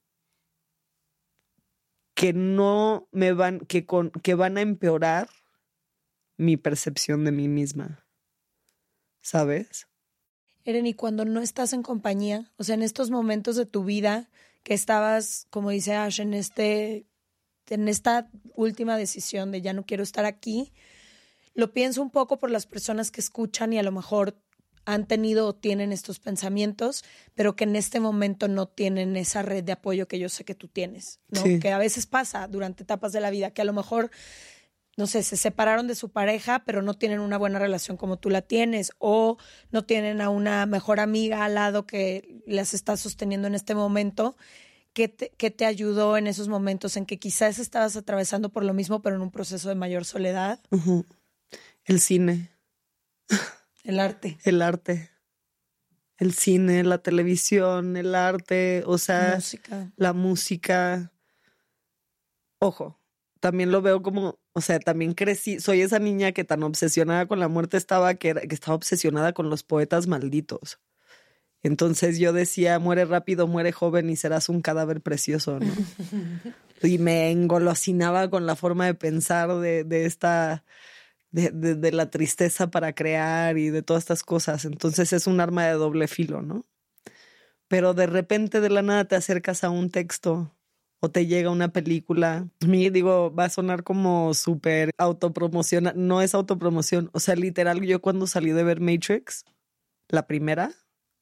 que no me van, que, con, que van a empeorar mi percepción de mí misma. ¿Sabes? Eren, y cuando no estás en compañía, o sea, en estos momentos de tu vida que estabas, como dice Ash, en este, en esta última decisión de ya no quiero estar aquí, lo pienso un poco por las personas que escuchan y a lo mejor han tenido o tienen estos pensamientos, pero que en este momento no tienen esa red de apoyo que yo sé que tú tienes, ¿no? Sí. Que a veces pasa durante etapas de la vida, que a lo mejor, no sé, se separaron de su pareja, pero no tienen una buena relación como tú la tienes, o no tienen a una mejor amiga al lado que las está sosteniendo en este momento. ¿Qué te, qué te ayudó en esos momentos en que quizás estabas atravesando por lo mismo, pero en un proceso de mayor soledad? Uh-huh. El cine. El arte. El arte. El cine, la televisión, el arte, o sea, música. La música. Ojo, también lo veo como, o sea, también crecí, soy esa niña que tan obsesionada con la muerte estaba, que, era, que estaba obsesionada con los poetas malditos. Entonces yo decía, muere rápido, muere joven y serás un cadáver precioso, ¿no? Y me engolosinaba con la forma de pensar de, de esta... De, de, de la tristeza para crear y de todas estas cosas. Entonces es un arma de doble filo, ¿no? Pero de repente de la nada te acercas a un texto o te llega una película. A mí, digo, va a sonar como súper autopromoción. No es autopromoción. O sea, literal, yo cuando salí de ver Matrix, la primera,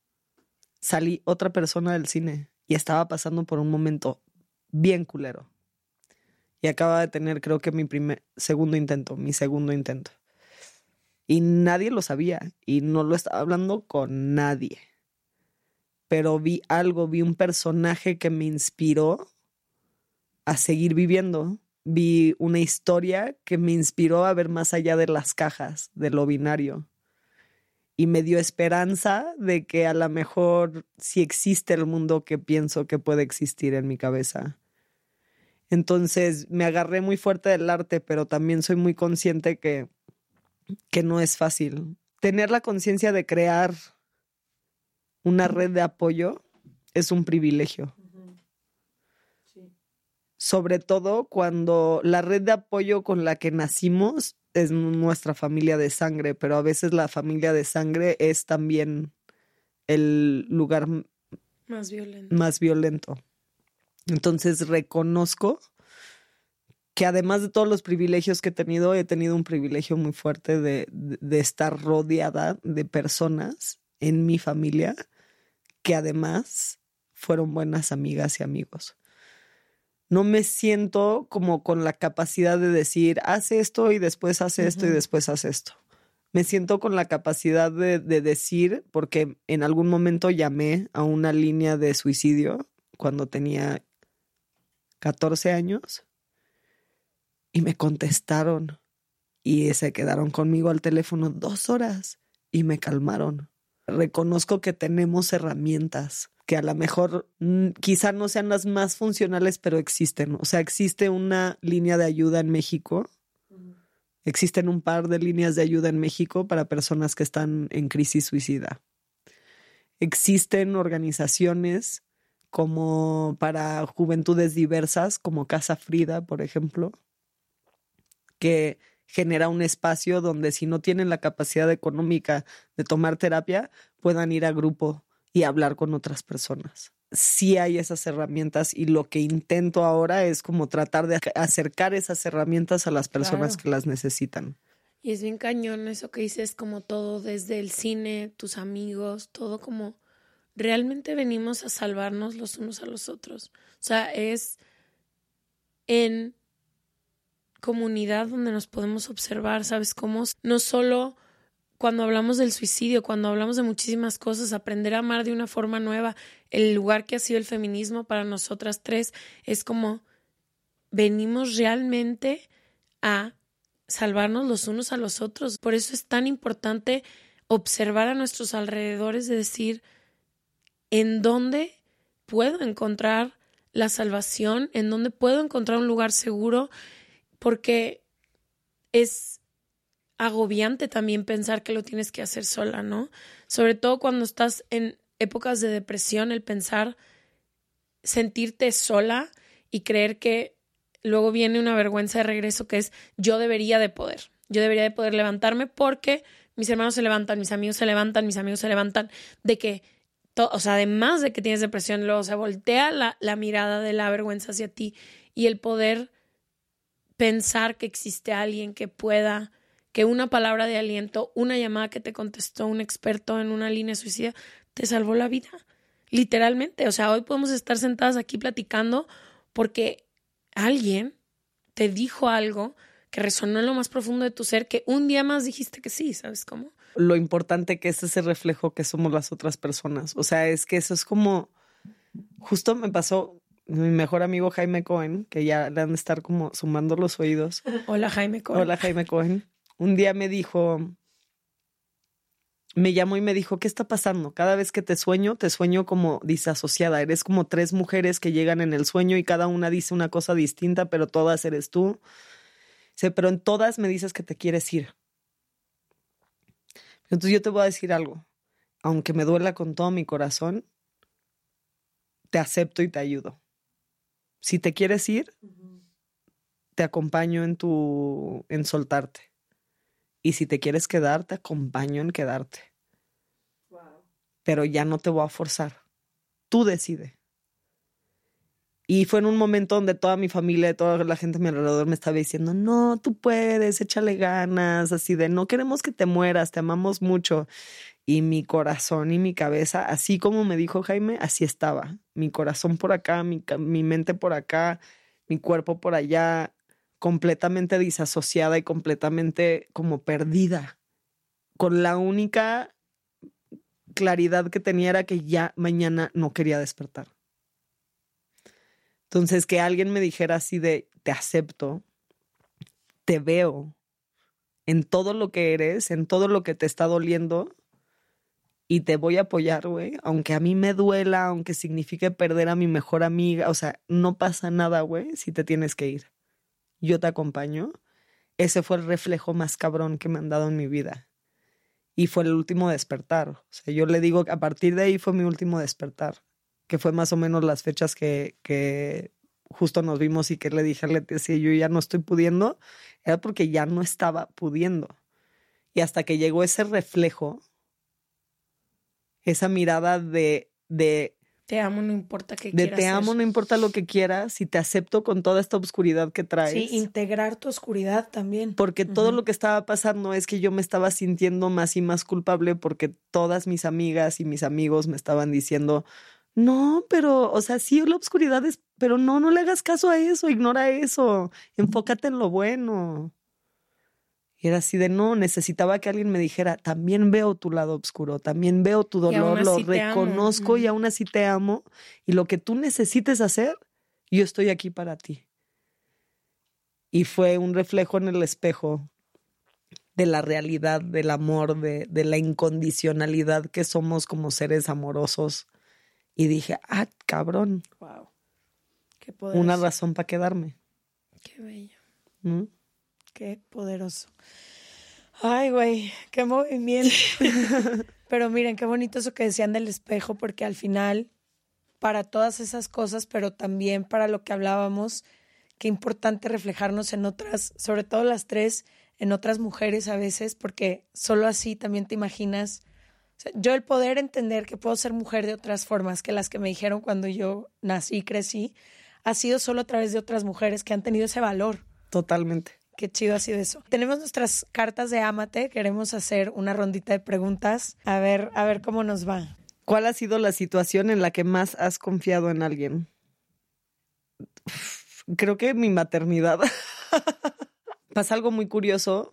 salí otra persona del cine y estaba pasando por un momento bien culero. Y acaba de tener, creo que mi primer, segundo intento, mi segundo intento. Y nadie lo sabía. Y no lo estaba hablando con nadie. Pero vi algo, vi un personaje que me inspiró a seguir viviendo. Vi una historia que me inspiró a ver más allá de las cajas, de lo binario. Y me dio esperanza de que a lo mejor sí existe el mundo que pienso que puede existir en mi cabeza. Entonces me agarré muy fuerte del arte, pero también soy muy consciente que, que no es fácil. Tener la conciencia de crear una red de apoyo es un privilegio. Sí. sobre todo cuando la red de apoyo con la que nacimos es nuestra familia de sangre, pero a veces la familia de sangre es también el lugar más violento. Más violento. Entonces reconozco que además de todos los privilegios que he tenido, he tenido un privilegio muy fuerte de, de, de estar rodeada de personas en mi familia que además fueron buenas amigas y amigos. No me siento como con la capacidad de decir, haz esto y después haz esto uh-huh. y después haz esto. Me siento con la capacidad de, de decir, porque en algún momento llamé a una línea de suicidio cuando tenía catorce años y me contestaron y se quedaron conmigo al teléfono dos horas y me calmaron. Reconozco que tenemos herramientas que a lo mejor mm, quizá no sean las más funcionales, pero existen. O sea, existe una línea de ayuda en México. Existen un par de líneas de ayuda en México para personas que están en crisis suicida. Existen organizaciones como para juventudes diversas, como Casa Frida, por ejemplo, que genera un espacio donde si no tienen la capacidad económica de tomar terapia, puedan ir a grupo y hablar con otras personas. Sí hay esas herramientas y lo que intento ahora es como tratar de acercar esas herramientas a las personas claro. que las necesitan. Y es bien cañón eso que dices, como todo desde el cine, tus amigos, todo como realmente venimos a salvarnos los unos a los otros. O sea, es en comunidad donde nos podemos observar, ¿sabes cómo? No solo cuando hablamos del suicidio, cuando hablamos de muchísimas cosas, aprender a amar de una forma nueva. El lugar que ha sido el feminismo para nosotras tres es como venimos realmente a salvarnos los unos a los otros. Por eso es tan importante observar a nuestros alrededores, de decir en dónde puedo encontrar la salvación, en dónde puedo encontrar un lugar seguro, porque es agobiante también pensar que lo tienes que hacer sola, ¿no? Sobre todo cuando estás en épocas de depresión, el pensar, sentirte sola y creer que luego viene una vergüenza de regreso que es yo debería de poder, yo debería de poder levantarme porque mis hermanos se levantan, mis amigos se levantan, mis amigos se levantan, de que, to- o sea, además de que tienes depresión, luego se voltea la, la mirada de la vergüenza hacia ti y el poder pensar que existe alguien que pueda, que una palabra de aliento, una llamada que te contestó un experto en una línea suicida, te salvó la vida, literalmente. O sea, hoy podemos estar sentadas aquí platicando porque alguien te dijo algo que resonó en lo más profundo de tu ser, que un día más dijiste que sí, ¿sabes cómo? Lo importante que es ese reflejo que somos las otras personas. O sea, es que eso es como, justo me pasó mi mejor amigo Jaime Cohen, que ya le han de estar como sumando los oídos. Hola Jaime Cohen. Hola Jaime Cohen. Un día me dijo, me llamó y me dijo, ¿qué está pasando? Cada vez que te sueño, te sueño como disasociada. Eres como tres mujeres que llegan en el sueño y cada una dice una cosa distinta, pero todas eres tú. Dice, pero en todas me dices que te quieres ir. Entonces yo te voy a decir algo. Aunque me duela con todo mi corazón, te acepto y te ayudo. Si te quieres ir, uh-huh. te acompaño en tu, en soltarte. Y si te quieres quedar, te acompaño en quedarte. Wow. Pero ya no te voy a forzar. Tú decide. Y fue en un momento donde toda mi familia, toda la gente a mi alrededor me estaba diciendo, no, tú puedes, échale ganas, así de, no queremos que te mueras, te amamos mucho. Y mi corazón y mi cabeza, así como me dijo Jaime, así estaba. Mi corazón por acá, mi, mi mente por acá, mi cuerpo por allá, completamente disasociada y completamente como perdida. Con la única claridad que tenía era que ya mañana no quería despertar. Entonces, que alguien me dijera así de, te acepto, te veo en todo lo que eres, en todo lo que te está doliendo y te voy a apoyar, güey. Aunque a mí me duela, aunque signifique perder a mi mejor amiga, o sea, no pasa nada, güey, si te tienes que ir. Yo te acompaño. Ese fue el reflejo más cabrón que me han dado en mi vida. Y fue el último despertar. O sea, yo le digo que a partir de ahí fue mi último despertar. Que fue más o menos las fechas que, que justo nos vimos y que le dije a Leti, si yo ya no estoy pudiendo, era porque ya no estaba pudiendo. Y hasta que llegó ese reflejo, esa mirada de... de te amo, no importa qué de quieras te amo, hacer. no importa lo que quieras, y te acepto con toda esta oscuridad que traes. Sí, integrar tu oscuridad también. Porque uh-huh. todo lo que estaba pasando es que yo me estaba sintiendo más y más culpable porque todas mis amigas y mis amigos me estaban diciendo, no, pero, o sea, sí, la oscuridad es, pero no, no le hagas caso a eso, ignora eso, enfócate en lo bueno. Y era así de, no, necesitaba que alguien me dijera, también veo tu lado oscuro, también veo tu dolor, lo reconozco amo. Y aún así te amo. Y lo que tú necesites hacer, yo estoy aquí para ti. Y fue un reflejo en el espejo de la realidad, del amor, de, de la incondicionalidad que somos como seres amorosos. Y dije, ah, cabrón. Wow. Qué poderoso. Una razón para quedarme. Qué bello. ¿Mm? Qué poderoso. Ay, güey, qué movimiento. Pero miren, qué bonito eso que decían del espejo, porque al final, para todas esas cosas, pero también para lo que hablábamos, qué importante reflejarnos en otras, sobre todo las tres, en otras mujeres a veces, porque solo así también te imaginas. O sea, yo el poder entender que puedo ser mujer de otras formas que las que me dijeron cuando yo nací y crecí, ha sido solo a través de otras mujeres que han tenido ese valor. Totalmente. Qué chido ha sido eso. Tenemos nuestras cartas de Ámate. Queremos hacer una rondita de preguntas. A ver, a ver cómo nos va. ¿Cuál ha sido la situación en la que más has confiado en alguien? Creo que mi maternidad. Pasa algo muy curioso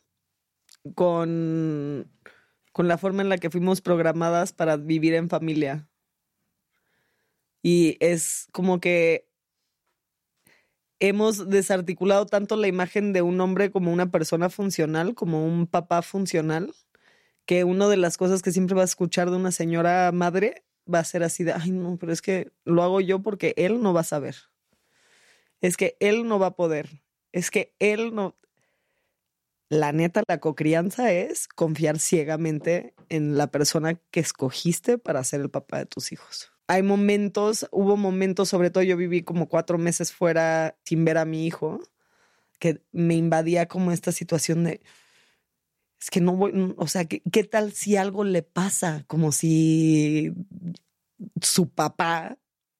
con, con la forma en la que fuimos programadas para vivir en familia. Y es como que hemos desarticulado tanto la imagen de un hombre como una persona funcional, como un papá funcional, que una de las cosas que siempre vas a escuchar de una señora madre va a ser así de, ay no, pero es que lo hago yo porque él no va a saber. Es que él no va a poder. Es que él no... La neta, la cocrianza es confiar ciegamente en la persona que escogiste para ser el papá de tus hijos. Hay momentos, hubo momentos, sobre todo yo viví como cuatro meses fuera sin ver a mi hijo, que me invadía como esta situación de, es que no voy, o sea, ¿qué, qué tal si algo le pasa? Como si su papá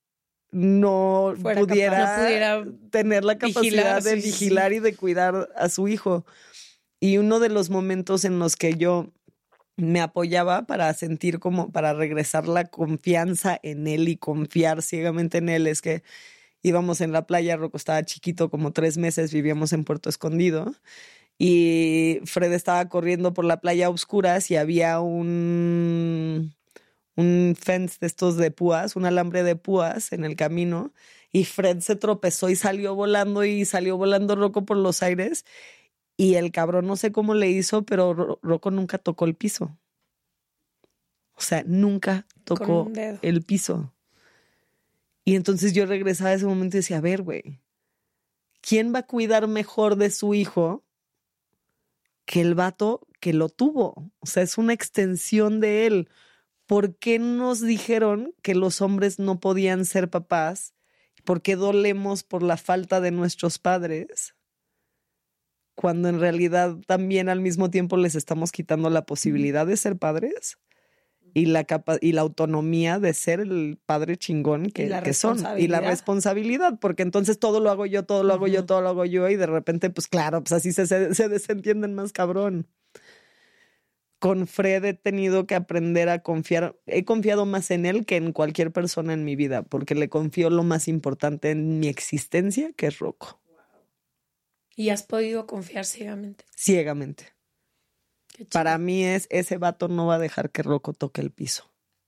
no, pudiera, no pudiera tener la capacidad vigilar, de sí, vigilar sí. y de cuidar a su hijo. Y uno de los momentos en los que yo me apoyaba para sentir como, para regresar la confianza en él y confiar ciegamente en él, es que íbamos en la playa, Rocco estaba chiquito, como tres meses, vivíamos en Puerto Escondido, y Fred estaba corriendo por la playa a oscuras y había un, un fence de estos de púas, un alambre de púas en el camino, y Fred se tropezó y salió volando, y salió volando Rocco por los aires. Y el cabrón no sé cómo le hizo, pero Rocco nunca tocó el piso. O sea, nunca tocó el piso. Y entonces yo regresaba a ese momento y decía, a ver, güey, ¿quién va a cuidar mejor de su hijo que el vato que lo tuvo? O sea, es una extensión de él. ¿Por qué nos dijeron que los hombres no podían ser papás? ¿Por qué dolemos por la falta de nuestros padres? Cuando en realidad también al mismo tiempo les estamos quitando la posibilidad de ser padres y la capa- y la autonomía de ser el padre chingón que, que son. Y la responsabilidad, porque entonces todo lo hago yo, todo lo hago uh-huh. yo, todo lo hago yo, y de repente, pues claro, pues así se, se, se desentienden más cabrón. Con Fred he tenido que aprender a confiar. He confiado más en él que en cualquier persona en mi vida, porque le confío lo más importante en mi existencia, que es Rocco. ¿Y has podido confiar ciegamente? Ciegamente. Para mí es, ese vato no va a dejar que Rocco toque el piso.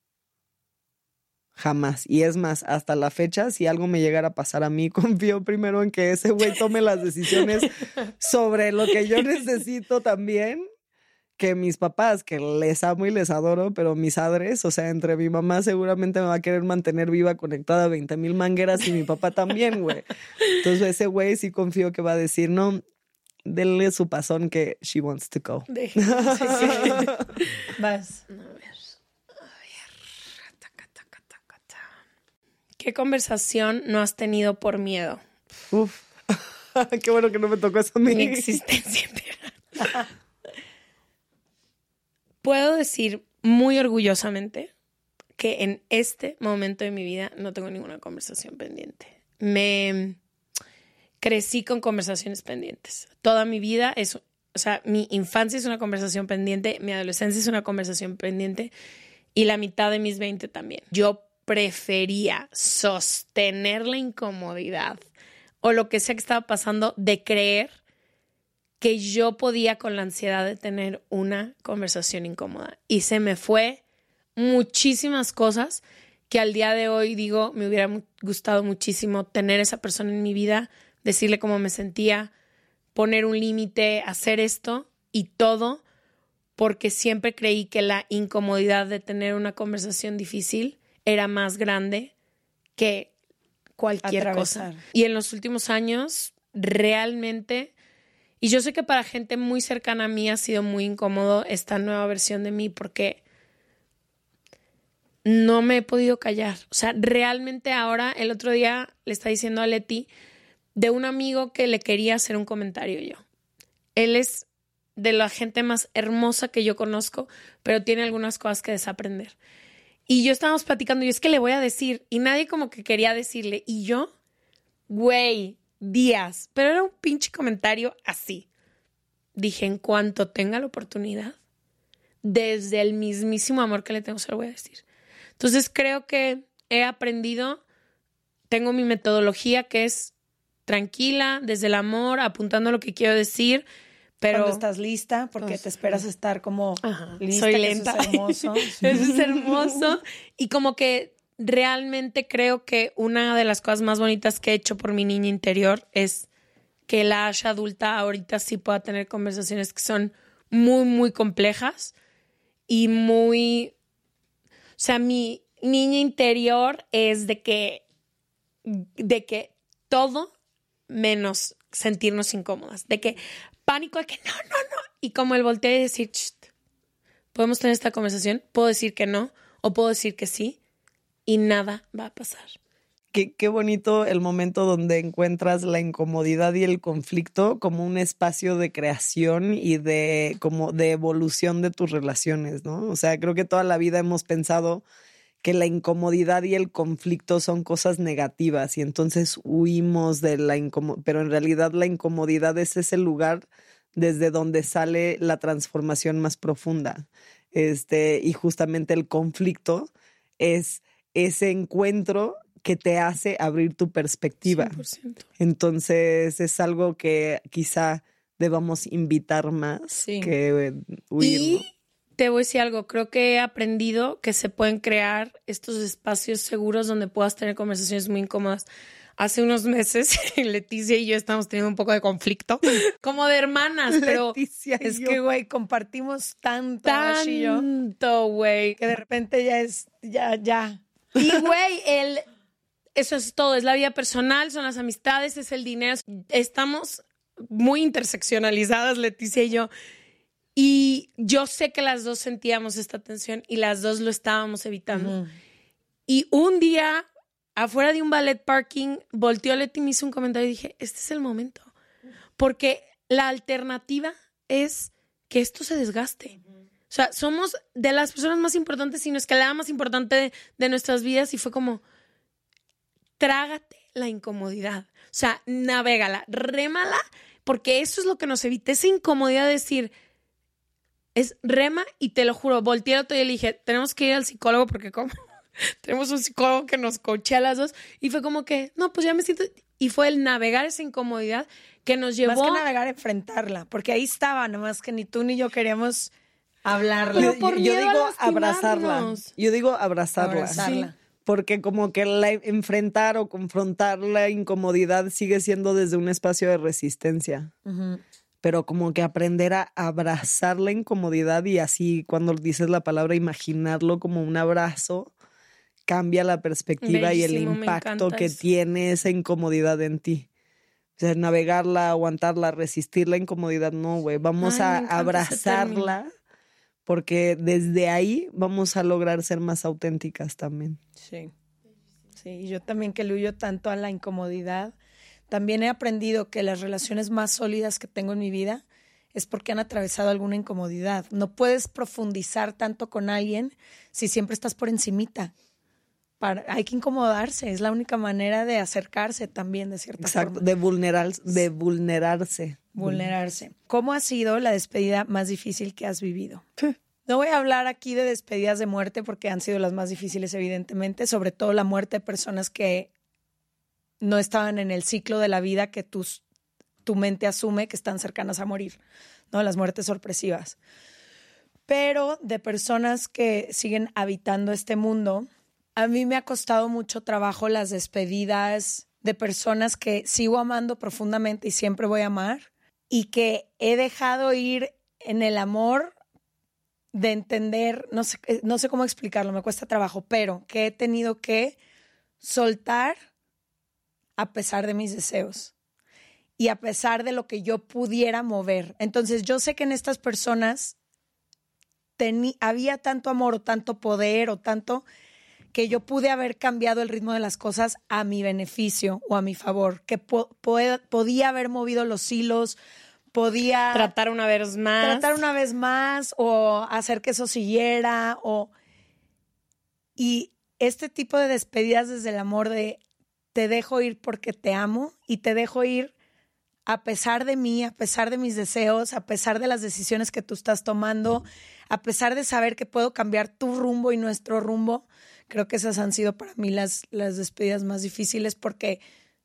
Jamás. Y es más, hasta la fecha, si algo me llegara a pasar a mí, confío primero en que ese güey tome las decisiones sobre lo que yo necesito también, que mis papás, que les amo y les adoro, pero mis adres, o sea, entre mi mamá seguramente me va a querer mantener viva conectada a veinte mil mangueras y mi papá también, güey. Entonces ese güey sí confío que va a decir, no, denle su pasón que she wants to go. Déjame, sí, sí. Vas. A ver. A ver. Taca, taca, taca, taca. ¿Qué conversación no has tenido por miedo? Uf. Qué bueno que no me tocó eso a mí. Mi existencia entera. Puedo decir muy orgullosamente que en este momento de mi vida no tengo ninguna conversación pendiente. Me crecí con conversaciones pendientes. Toda mi vida es, o sea, mi infancia es una conversación pendiente, mi adolescencia es una conversación pendiente y la mitad de mis veinte también. Yo prefería sostener la incomodidad o lo que sea que estaba pasando de creer que yo podía con la ansiedad de tener una conversación incómoda. Y se me fue muchísimas cosas que al día de hoy digo, me hubiera gustado muchísimo tener esa persona en mi vida, decirle cómo me sentía, poner un límite, hacer esto y todo, porque siempre creí que la incomodidad de tener una conversación difícil era más grande que cualquier Atravesar. cosa. Y en los últimos años, realmente, y yo sé que para gente muy cercana a mí ha sido muy incómodo esta nueva versión de mí porque no me he podido callar. O sea, realmente ahora, el otro día le estaba diciendo a Leti de un amigo que le quería hacer un comentario yo. Él es de la gente más hermosa que yo conozco, pero tiene algunas cosas que desaprender. Y yo estábamos platicando y es que le voy a decir, y nadie como que quería decirle. Y yo, güey, días, pero era un pinche comentario así. Dije, en cuanto tenga la oportunidad, desde el mismísimo amor que le tengo, se lo voy a decir. Entonces creo que he aprendido, tengo mi metodología que es tranquila, desde el amor, apuntando lo que quiero decir, pero... Cuando estás lista, porque Pues, te esperas estar como Ajá, lista, soy que lenta. eso es hermoso. Eso es hermoso. Y como que realmente creo que una de las cosas más bonitas que he hecho por mi niña interior es que la Asha adulta ahorita sí pueda tener conversaciones que son muy, muy complejas y muy... O sea, mi niña interior es de que, de que todo menos sentirnos incómodas. De que pánico de que no, no, no. Y como el voltear y decir, podemos tener esta conversación, puedo decir que no o puedo decir que sí y nada va a pasar. Qué, qué bonito el momento donde encuentras la incomodidad y el conflicto como un espacio de creación y de como de evolución de tus relaciones, ¿no? O sea, creo que toda la vida hemos pensado que la incomodidad y el conflicto son cosas negativas y entonces huimos de la incomodidad, pero en realidad la incomodidad es ese lugar desde donde sale la transformación más profunda. Este, y justamente el conflicto es ese encuentro que te hace abrir tu perspectiva. cien por ciento. Entonces es algo que quizá debamos invitar más Sí. que huir. Y ¿no? te voy a decir algo, creo que he aprendido que se pueden crear estos espacios seguros donde puedas tener conversaciones muy incómodas. Hace unos meses, Leticia y yo estamos teniendo un poco de conflicto, como de hermanas, pero Leticia y Es yo. que, güey, compartimos tanto, Ash y yo, tanto, güey. que de repente ya es, ya, ya. Y, güey, el... Eso es todo, es la vida personal, son las amistades, es el dinero. Estamos muy interseccionalizadas, Leticia y yo. Y yo sé que las dos sentíamos esta tensión y las dos lo estábamos evitando. Uh-huh. Y un día, afuera de un ballet parking, volteó Leti y me hizo un comentario y dije, este es el momento. Porque la alternativa es que esto se desgaste. Uh-huh. O sea, somos de las personas más importantes, si no es que la más importante de, de nuestras vidas. Y fue como... Trágate la incomodidad. O sea, navégala, rémala, porque eso es lo que nos evita. Esa incomodidad de decir, es rema y te lo juro, volteé el otro día y le dije, tenemos que ir al psicólogo porque como tenemos un psicólogo que nos coachea a las dos. Y fue como que, no, pues ya me siento... Y fue el navegar esa incomodidad que nos llevó... Más que navegar, enfrentarla, porque ahí estaba, nomás que ni tú ni yo queríamos hablarla. Pero por yo, miedo yo a digo lastimarnos. abrazarla. Yo digo abrazarla. Abrazarla. Sí. Porque como que la enfrentar o confrontar la incomodidad sigue siendo desde un espacio de resistencia. Uh-huh. Pero como que aprender a abrazar la incomodidad y así cuando dices la palabra imaginarlo como un abrazo, cambia la perspectiva Bellísimo, y el me impacto encanta que eso. tiene esa incomodidad en ti. O sea, navegarla, aguantarla, resistir la incomodidad, no, güey. Vamos Ay, me a encanta ese abrazarla porque desde ahí vamos a lograr ser más auténticas también. Sí. Sí, y yo también que le huyo tanto a la incomodidad. también he aprendido que las relaciones más sólidas que tengo en mi vida es porque han atravesado alguna incomodidad. No puedes profundizar tanto con alguien si siempre estás por encimita. Para, hay que incomodarse, es la única manera de acercarse también, de cierta Exacto, forma. de, vulnerar, de vulnerarse. Vulnerarse. ¿Cómo ha sido la despedida más difícil que has vivido? No voy a hablar aquí de despedidas de muerte porque han sido las más difíciles, evidentemente, sobre todo la muerte de personas que no estaban en el ciclo de la vida que tus, tu mente asume que están cercanas a morir, ¿no? Las muertes sorpresivas. Pero de personas que siguen habitando este mundo, a mí me ha costado mucho trabajo las despedidas de personas que sigo amando profundamente y siempre voy a amar, y que he dejado ir en el amor de entender, no sé, no sé cómo explicarlo, me cuesta trabajo, pero que he tenido que soltar a pesar de mis deseos y a pesar de lo que yo pudiera mover. Entonces yo sé que en estas personas tení, había tanto amor o tanto poder o tanto que yo pude haber cambiado el ritmo de las cosas a mi beneficio o a mi favor, que po- po- podía haber movido los hilos, podía tratar una vez más. Tratar una vez más o hacer que eso siguiera. O... Y este tipo de despedidas desde el amor de te dejo ir porque te amo y te dejo ir a pesar de mí, a pesar de mis deseos, a pesar de las decisiones que tú estás tomando, a pesar de saber que puedo cambiar tu rumbo y nuestro rumbo. Creo que esas han sido para mí las, las despedidas más difíciles porque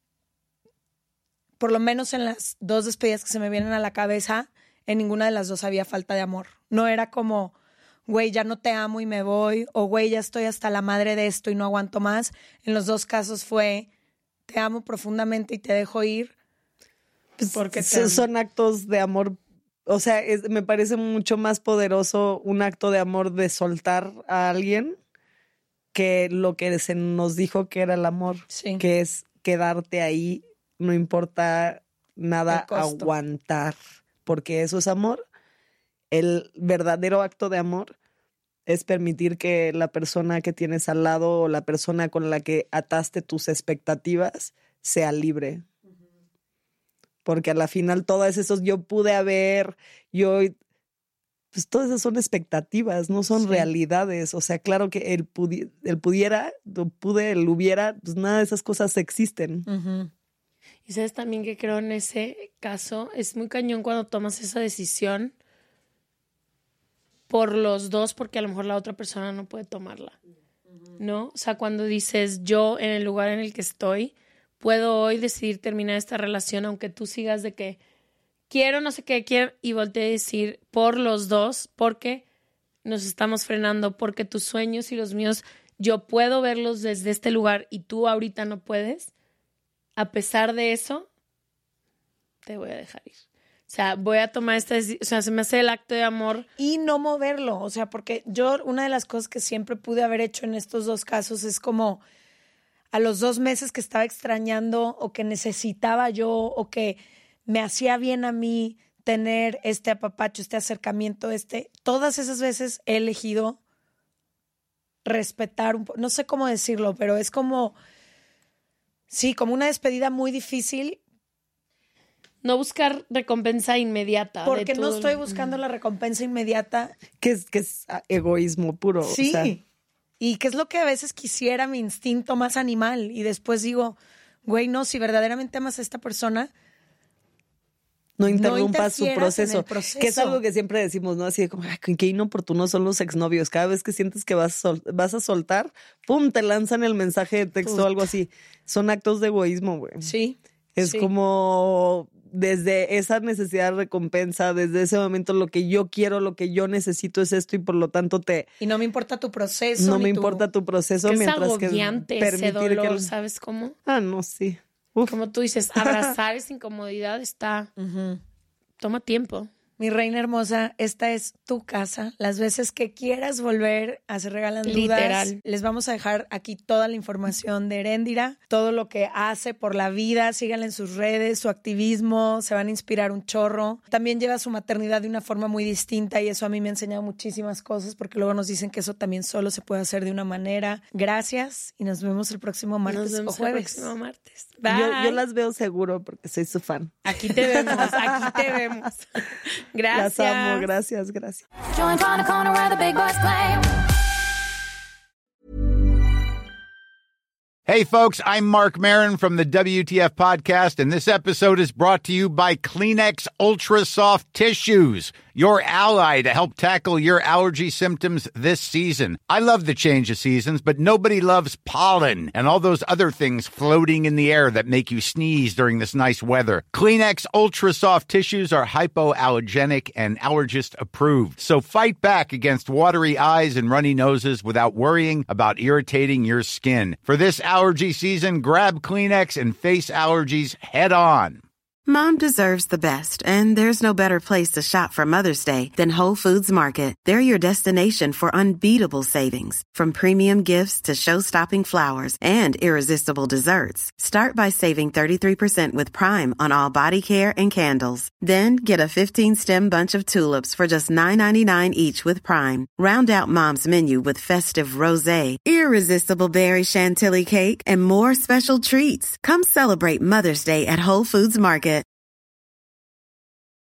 por lo menos en las dos despedidas que se me vienen a la cabeza, en ninguna de las dos había falta de amor. No era como, güey, ya no te amo y me voy, o güey, ya estoy hasta la madre de esto y no aguanto más. En los dos casos fue, te amo profundamente y te dejo ir. Porque te son actos de amor. O sea, es, me parece mucho más poderoso un acto de amor de soltar a alguien que lo que se nos dijo que era el amor, sí. Que es quedarte ahí, no importa nada, aguantar, porque eso es amor. El verdadero acto de amor es permitir que la persona que tienes al lado o la persona con la que ataste tus expectativas sea libre. Porque a la final todas esas yo pude haber, yo, pues todas esas son expectativas, no son sí. realidades. O sea, claro que el, pudi- el pudiera, el pude, el hubiera, pues nada de esas cosas existen. Uh-huh. Y sabes también que creo en ese caso, es muy cañón cuando tomas esa decisión por los dos, porque a lo mejor la otra persona no puede tomarla, uh-huh. ¿no? O sea, cuando dices yo en el lugar en el que estoy, puedo hoy decidir terminar esta relación, aunque tú sigas de que quiero, no sé qué, quiero, y volteé a decir por los dos, porque nos estamos frenando, porque tus sueños y los míos, yo puedo verlos desde este lugar y tú ahorita no puedes. A pesar de eso, te voy a dejar ir. O sea, voy a tomar esta decisión, o sea, se me hace el acto de amor. Y no moverlo, o sea, porque yo, una de las cosas que siempre pude haber hecho en estos dos casos es como a los dos meses que estaba extrañando o que necesitaba yo o que me hacía bien a mí tener este apapacho, este acercamiento, este, todas esas veces he elegido respetar un poco, no sé cómo decirlo, pero es como, sí, como una despedida muy difícil. No buscar recompensa inmediata. Porque de no todo... estoy buscando la recompensa inmediata. Que es, que es egoísmo puro. Sí. O sea. Y que es lo que a veces quisiera mi instinto más animal. Y después digo, güey, no, si verdaderamente amas a esta persona, no interrumpas no su proceso, proceso. Que es algo que siempre decimos, ¿no? Así de como, ay, qué inoportunos son los exnovios. Cada vez que sientes que vas a, sol- vas a soltar, pum, te lanzan el mensaje de texto Puta. o algo así. Son actos de egoísmo, güey. Sí. Es sí. como desde esa necesidad de recompensa, desde ese momento lo que yo quiero, lo que yo necesito es esto y por lo tanto te... Y no me importa tu proceso. No ni me tu... importa tu proceso es mientras agobiante que ese dolor, que... ¿sabes cómo? Ah, no, sí. Uf. Como tú dices, abrazar esa incomodidad está... Uh-huh. Toma tiempo. Mi reina hermosa, esta es tu casa. Las veces que quieras volver a Se Regalan Dudas. Literal. Les vamos a dejar aquí toda la información de Eréndira, todo lo que hace por la vida. Síganla en sus redes, su activismo, se van a inspirar un chorro. También lleva su maternidad de una forma muy distinta y eso a mí me ha enseñado muchísimas cosas porque luego nos dicen que eso también solo se puede hacer de una manera. Gracias y nos vemos el próximo martes Nos vemos o jueves. el próximo martes. Bye. Yo, yo las veo seguro porque soy su fan. Aquí te vemos, aquí te vemos. Gracias. Las amo, gracias, gracias. Join Corner Corner where the big boys play. Hey, folks, I'm Mark Maron from the W T F Podcast, and this episode is brought to you by Kleenex Ultra Soft Tissues, your ally to help tackle your allergy symptoms this season. I love the change of seasons, but nobody loves pollen and all those other things floating in the air that make you sneeze during this nice weather. Kleenex Ultra Soft Tissues are hypoallergenic and allergist approved, so fight back against watery eyes and runny noses without worrying about irritating your skin. For this allergy season, grab Kleenex and face allergies head on. Mom deserves the best, and there's no better place to shop for Mother's Day than Whole Foods Market. They're your destination for unbeatable savings, from premium gifts to show-stopping flowers and irresistible desserts. Start by saving thirty-three percent with Prime on all body care and candles. Then get a fifteen-stem bunch of tulips for just nine ninety-nine each with Prime. Round out Mom's menu with festive rosé, irresistible berry chantilly cake, and more special treats. Come celebrate Mother's Day at Whole Foods Market.